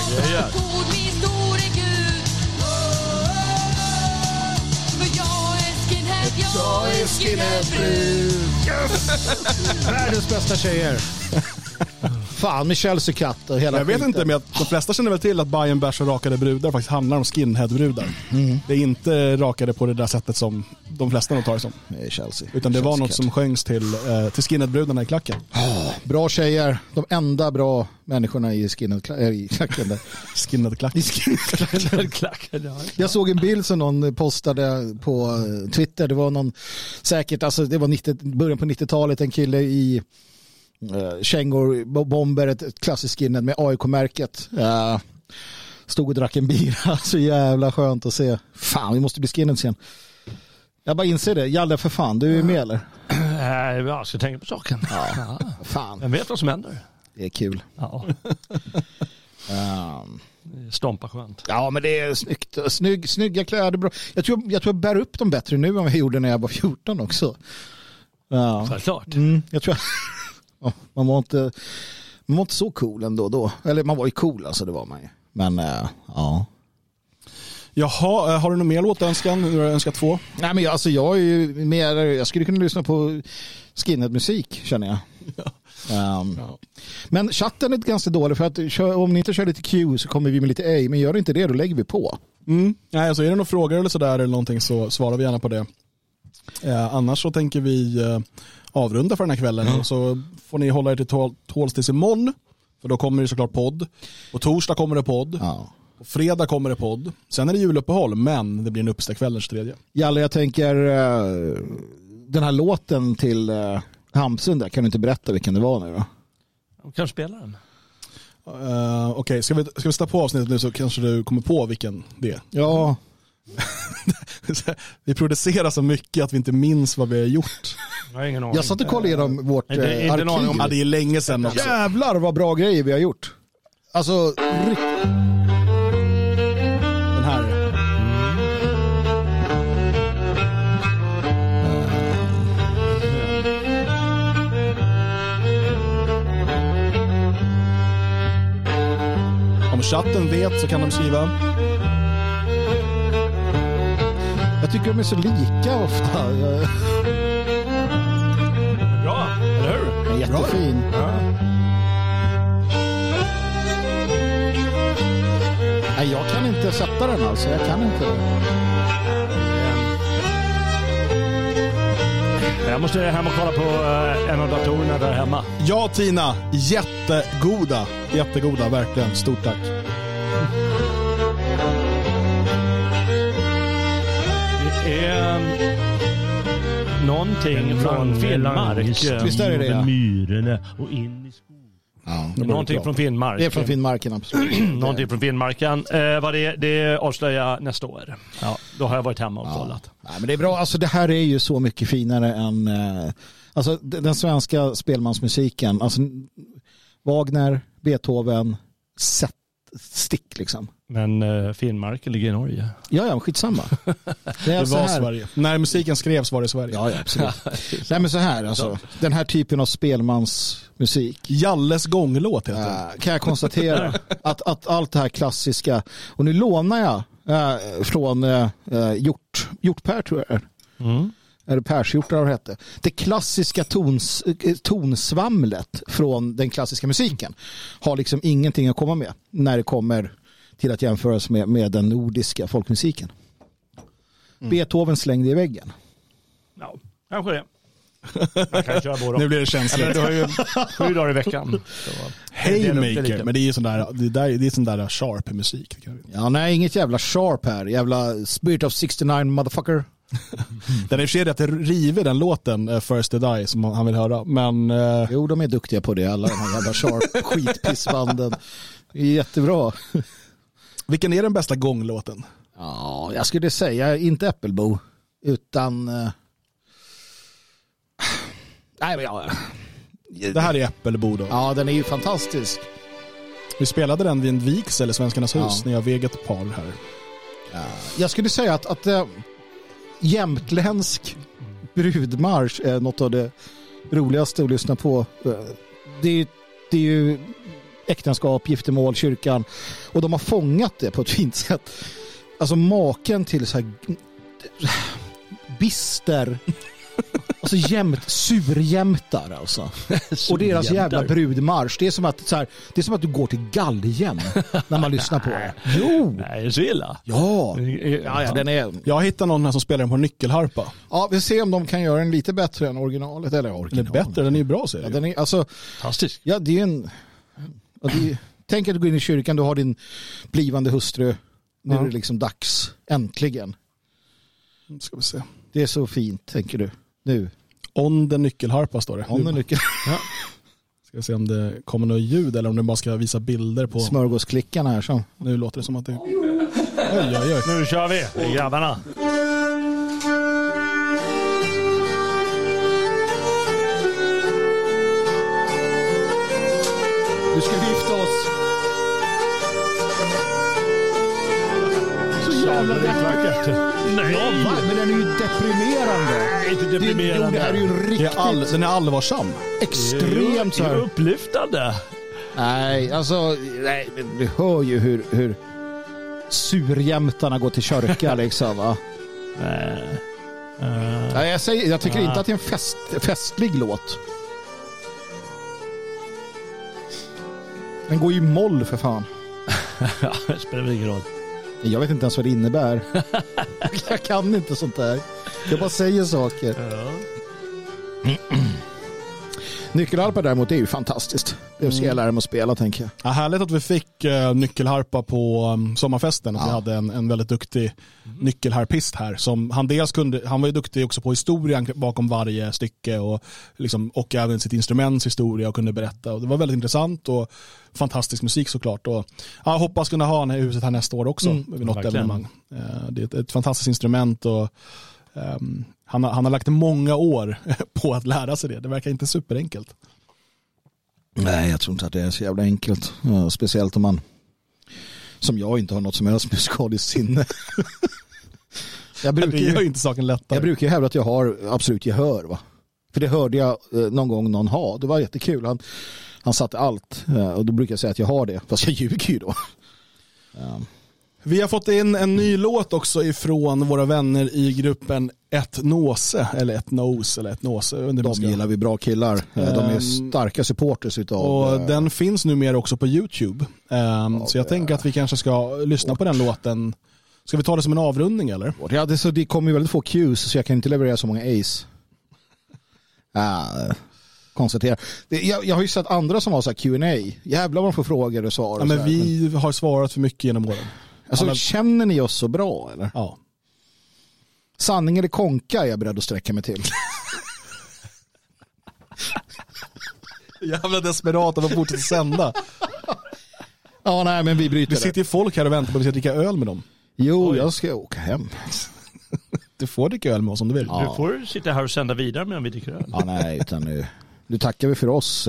Speaker 2: Jag är skinhead-brud. Världens bästa tjejer. Fan, med Chelsea Katt och hela
Speaker 1: jag vet
Speaker 2: skiten.
Speaker 1: inte, men de flesta känner väl till att Bayern Bärs och rakade brudar faktiskt handlar om skinhead-brudar. Det är inte rakade på det där sättet som de flesta nog tar det som.
Speaker 2: Det är Chelsea.
Speaker 1: Utan det
Speaker 2: Chelsea
Speaker 1: var något
Speaker 2: Katt.
Speaker 1: som sjöngs till skinhead-brudarna i klacken.
Speaker 2: Bra tjejer. De enda bra människorna i skinhead-klacken där.
Speaker 1: Skinhead-klacken.
Speaker 2: Jag såg en bild som någon postade på Twitter. Det var någon säkert, alltså det var början på 90-talet, en kille i kängor, bomber, ett klassiskt skinhead med AIK-märket. Stod och drack en bira. Så jävla skönt att se. Fan, vi måste bli skinheads igen. Jag bara inser det. Jalle, för fan, du är med eller?
Speaker 3: Jag ska tänka på saken.
Speaker 2: Ja. Fan.
Speaker 3: Vem vet vad som händer?
Speaker 2: Det är kul.
Speaker 3: Ja. Stompa skönt.
Speaker 2: Ja, men det är snyggt. Snygga kläder. Bra. Jag tror jag bär upp dem bättre nu än vad jag gjorde när jag var 14 också. Ja.
Speaker 3: Självklart.
Speaker 2: Jag tror man var inte så cool ändå då. Eller man var ju cool, alltså det var man ju. Men ja.
Speaker 1: Jaha, har du någon mer låtönskan? Du har önskat 2?
Speaker 2: Nej, men jag är ju mer, jag skulle kunna lyssna på skinhead-musik, känner jag. Ja. Men chatten är ganska dålig, för att om ni inte kör lite Q så kommer vi med lite A, men gör inte det, då lägger vi på.
Speaker 1: Nej, alltså är det några frågor eller sådär eller någonting så svarar vi gärna på det. Annars så tänker vi avrunda för den här kvällen och så får ni hålla er till tåls tills imorgon, för då kommer det såklart podd. På torsdag kommer det podd.
Speaker 2: Ja.
Speaker 1: På fredag kommer det podd. Sen är det juluppehåll, men det blir en uppstäckkväll den 23.
Speaker 2: Jalle, jag tänker den här låten till Hamsun där, kan du inte berätta vilken det var nu då?
Speaker 3: De kan spela den.
Speaker 1: Okej, ska vi sätta på avsnittet nu så kanske du kommer på vilken det är.
Speaker 2: Ja.
Speaker 1: Vi producerar så mycket att vi inte minns vad vi har gjort.
Speaker 2: Jag satt och kollade igenom vårt arkiv.
Speaker 1: Ja, det är länge sedan också.
Speaker 2: Jävlar vad bra grejer vi har gjort. Alltså, den
Speaker 1: här. Om chatten vet så kan de skriva.
Speaker 2: Jag tycker de är så lika ofta.
Speaker 3: Bra, eller hur?
Speaker 2: Jättefin.
Speaker 3: Ja.
Speaker 2: Nej, jag kan inte sätta den alltså. Jag kan inte.
Speaker 3: Jag måste hem och kolla på en av datorerna där hemma.
Speaker 1: Ja, Tina. Jättegoda. Jättegoda, verkligen. Stort tack.
Speaker 3: Det är någonting från Finnmark.
Speaker 2: Visst är det det, ja.
Speaker 15: Myrorna och in i skogen.
Speaker 3: Någonting från Finnmark.
Speaker 2: Det är från Finnmarken, absolut.
Speaker 3: Någonting från Finnmarken. Vad det avslöjar nästa år. Ja, då har jag varit hemma och kollat.
Speaker 2: Nej, men det är bra. Alltså, det här är ju så mycket finare än alltså, den svenska spelmansmusiken. Alltså, Wagner, Beethoven, stick liksom.
Speaker 3: Men Finnmark ligger i Norge.
Speaker 2: Ja, skitsamma.
Speaker 1: Det var Sverige. När musiken skrevs var det Sverige.
Speaker 2: Ja, absolut. Nej, men så här, alltså, den här typen av spelmansmusik.
Speaker 1: Jalles gånglåt heter det.
Speaker 2: Kan jag konstatera att allt det här klassiska, och nu lånar jag från Hjortpär tror jag är det Pershjortar det hette. Det klassiska tonsvamlet från den klassiska musiken har liksom ingenting att komma med när det kommer till att jämföras med den nordiska folkmusiken. Beethoven slängde i väggen.
Speaker 3: Ja, kanske det. Man kan köra både.
Speaker 1: Nu blir det känsligt.
Speaker 3: Du har ju 7 dagar i veckan.
Speaker 1: Haymaker, men det är ju det är sån där sharp musik.
Speaker 2: Ja, nej, inget jävla sharp här. Jävla Spirit of 69 motherfucker.
Speaker 1: Den är i och för sig rätt rivig, den låten First to Die som han vill höra. Men
Speaker 2: jo, de är duktiga på det, alla de här jävla sharp skitpissbanden. Det är jättebra.
Speaker 1: Vilken är den bästa gånglåten?
Speaker 2: Ja, jag skulle säga inte Äppelbo utan nej, men ja.
Speaker 1: Det här är Äppelbo då.
Speaker 2: Ja, den är ju fantastisk.
Speaker 1: Vi spelade den vid en vigsel i Svenskarnas hus när jag vägde ett par här.
Speaker 2: Ja. Jag skulle säga att jämtländsk brudmarsch är något av det roligaste att lyssna på. Det är ju äktenskap, giftermål, kyrkan, och de har fångat det på ett fint sätt. Alltså maken till så här bister, alltså surjämtar alltså. Och deras jävla brudmarsch, det är som att så här, det är som att du går till galgen när man lyssnar på det. Jo.
Speaker 3: Nej, så illa.
Speaker 2: Ja, den är.
Speaker 1: Jag hittar någon här som spelar den på nyckelharpa.
Speaker 2: Ja, vi ser om de kan göra den lite bättre än originalet eller
Speaker 1: bättre, den är ju bra så.
Speaker 2: Ja, den är alltså
Speaker 3: fantastisk.
Speaker 2: Ja, det är en tänk att du går in i kyrkan, du har din blivande hustru. Nu är det liksom dags. Äntligen.
Speaker 1: Ska vi se.
Speaker 2: Det är så fint, tänker du. Nu.
Speaker 1: On the nyckelharpa står det.
Speaker 2: On the nyckelharpa.
Speaker 1: Ja. Ska vi se om det kommer något ljud eller om det bara ska visa bilder på
Speaker 2: smörgåsklickarna här så.
Speaker 1: Nu låter det som att det. Oj.
Speaker 3: Nu kör vi, grabbarna.
Speaker 2: Nu ska vi gifta oss. Så jävla vackert.
Speaker 3: Nej.
Speaker 2: Ja, men den är ju deprimerande.
Speaker 3: Nej, inte deprimerande.
Speaker 2: Det här är ju riktigt.
Speaker 1: Den är allvarsam.
Speaker 2: Extremt så här.
Speaker 3: Upplyftande.
Speaker 2: Nej, alltså nej, du hör ju hur surjämtarna går till kyrka liksom, va? Nej, jag tycker inte att det är en festlig låt. Den går ju moll för fan.
Speaker 3: Ja, det spelar väl ingen roll.
Speaker 2: Jag vet inte ens vad det innebär. Jag kan inte sånt där. Jag bara säger saker. Nyckelharpa däremot är ju fantastiskt. Det ska jag lära mig att spela, tänker jag.
Speaker 1: Ja, härligt att vi fick nyckelharpa på sommarfesten. Att vi hade en väldigt duktig nyckelharpist här. Som han var ju duktig också på historien bakom varje stycke och även sitt instruments historia och kunde berätta. Och det var väldigt intressant och fantastisk musik såklart. Och jag hoppas kunna ha han i huset här nästa år också vid något evenemang. Det är ett fantastiskt instrument och han har lagt många år på att lära sig det. Det verkar inte superenkelt.
Speaker 2: Nej, jag tror inte att det är så jävla enkelt. Ja, speciellt om man som jag inte har något som helst musikaliskt sinne.
Speaker 1: Det gör inte saken lättare.
Speaker 2: Jag brukar hävda att jag har absolut gehör, va? För det hörde jag någon gång någon ha. Det var jättekul. Han satte allt och då brukar jag säga att jag har det. Fast jag ljuger ju då.
Speaker 1: Vi har fått in en ny låt också ifrån våra vänner i gruppen Ett Nåse eller Ett Nose eller Ett Nåse.
Speaker 2: De gillar vi, bra killar. De är starka supporters utav.
Speaker 1: Och den finns numera också på YouTube. Så jag tänker att vi kanske ska lyssna på den låten. Ska vi ta det som en avrundning eller?
Speaker 2: Ja, det kommer ju väldigt få cues så jag kan inte leverera så många ace. Konstatera. Jag har ju sett andra som har så här Q&A. Jävlar vad de får frågor och svar.
Speaker 1: Ja, men vi har svarat för mycket genom åren.
Speaker 2: Alltså, känner ni oss så bra eller?
Speaker 1: Ja.
Speaker 2: Sanning eller konka är jag beredd att sträcka mig till.
Speaker 1: Jävla desperat av att fortsätta sända.
Speaker 2: Ja, nej, men vi bryter
Speaker 1: det. sitter ju folk här och väntar på att vi ska dricka öl med dem.
Speaker 2: Jo, jag ska åka hem.
Speaker 1: Du får dricka öl med oss om du vill.
Speaker 3: Ja. Du får sitta här och sända vidare medan vi dricker öl.
Speaker 2: Ja, nej, utan nu tackar vi för oss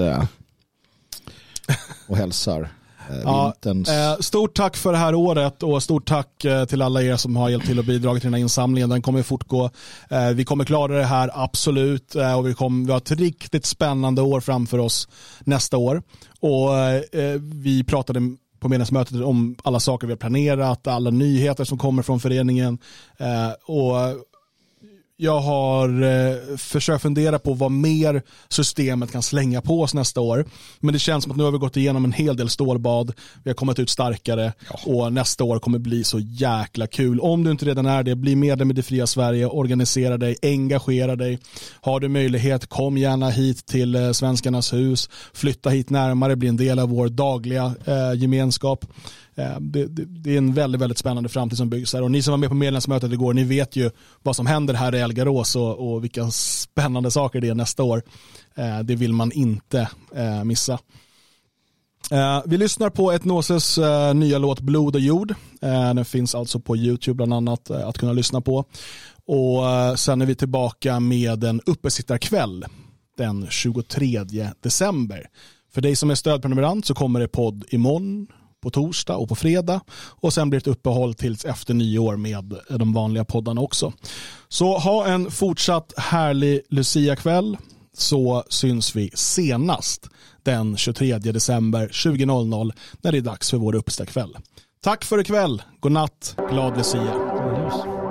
Speaker 2: och hälsar.
Speaker 1: Stort tack för det här året och stort tack till alla er som har hjälpt till och bidragit till den här insamlingen. Den kommer fortgå. Vi kommer klara det här, absolut. Och vi har ett riktigt spännande år framför oss nästa år. Och vi pratade på medlemsmötet om alla saker vi har planerat, alla nyheter som kommer från föreningen. Och jag har försökt fundera på vad mer systemet kan slänga på oss nästa år. Men det känns som att nu har vi gått igenom en hel del stålbad. Vi har kommit ut starkare och nästa år kommer bli så jäkla kul. Om du inte redan är det, bli medlem i Det Fria Sverige, organisera dig, engagera dig. Har du möjlighet, kom gärna hit till Svenskarnas hus. Flytta hit närmare, bli en del av vår dagliga gemenskap. Det är en väldigt, väldigt spännande framtid som byggs här. Och ni som var med på medlemsmötet igår, ni vet ju vad som händer här i Elgarås och vilka spännande saker det är nästa år. Det vill man inte missa. Vi lyssnar på Etnoses nya låt Blod och jord. Den finns alltså på YouTube bland annat att kunna lyssna på. Och sen är vi tillbaka med en uppesittarkväll den 23 december. För dig som är stödprenumerant så kommer det podd imorgon, på torsdag och på fredag. Och sen blir det ett uppehåll tills efter nyår med de vanliga poddarna också. Så ha en fortsatt härlig Lucia-kväll, så syns vi senast den 23 december 20.00 när det är dags för vår uppesittarkväll. Tack för ikväll. God natt. Glad Lucia.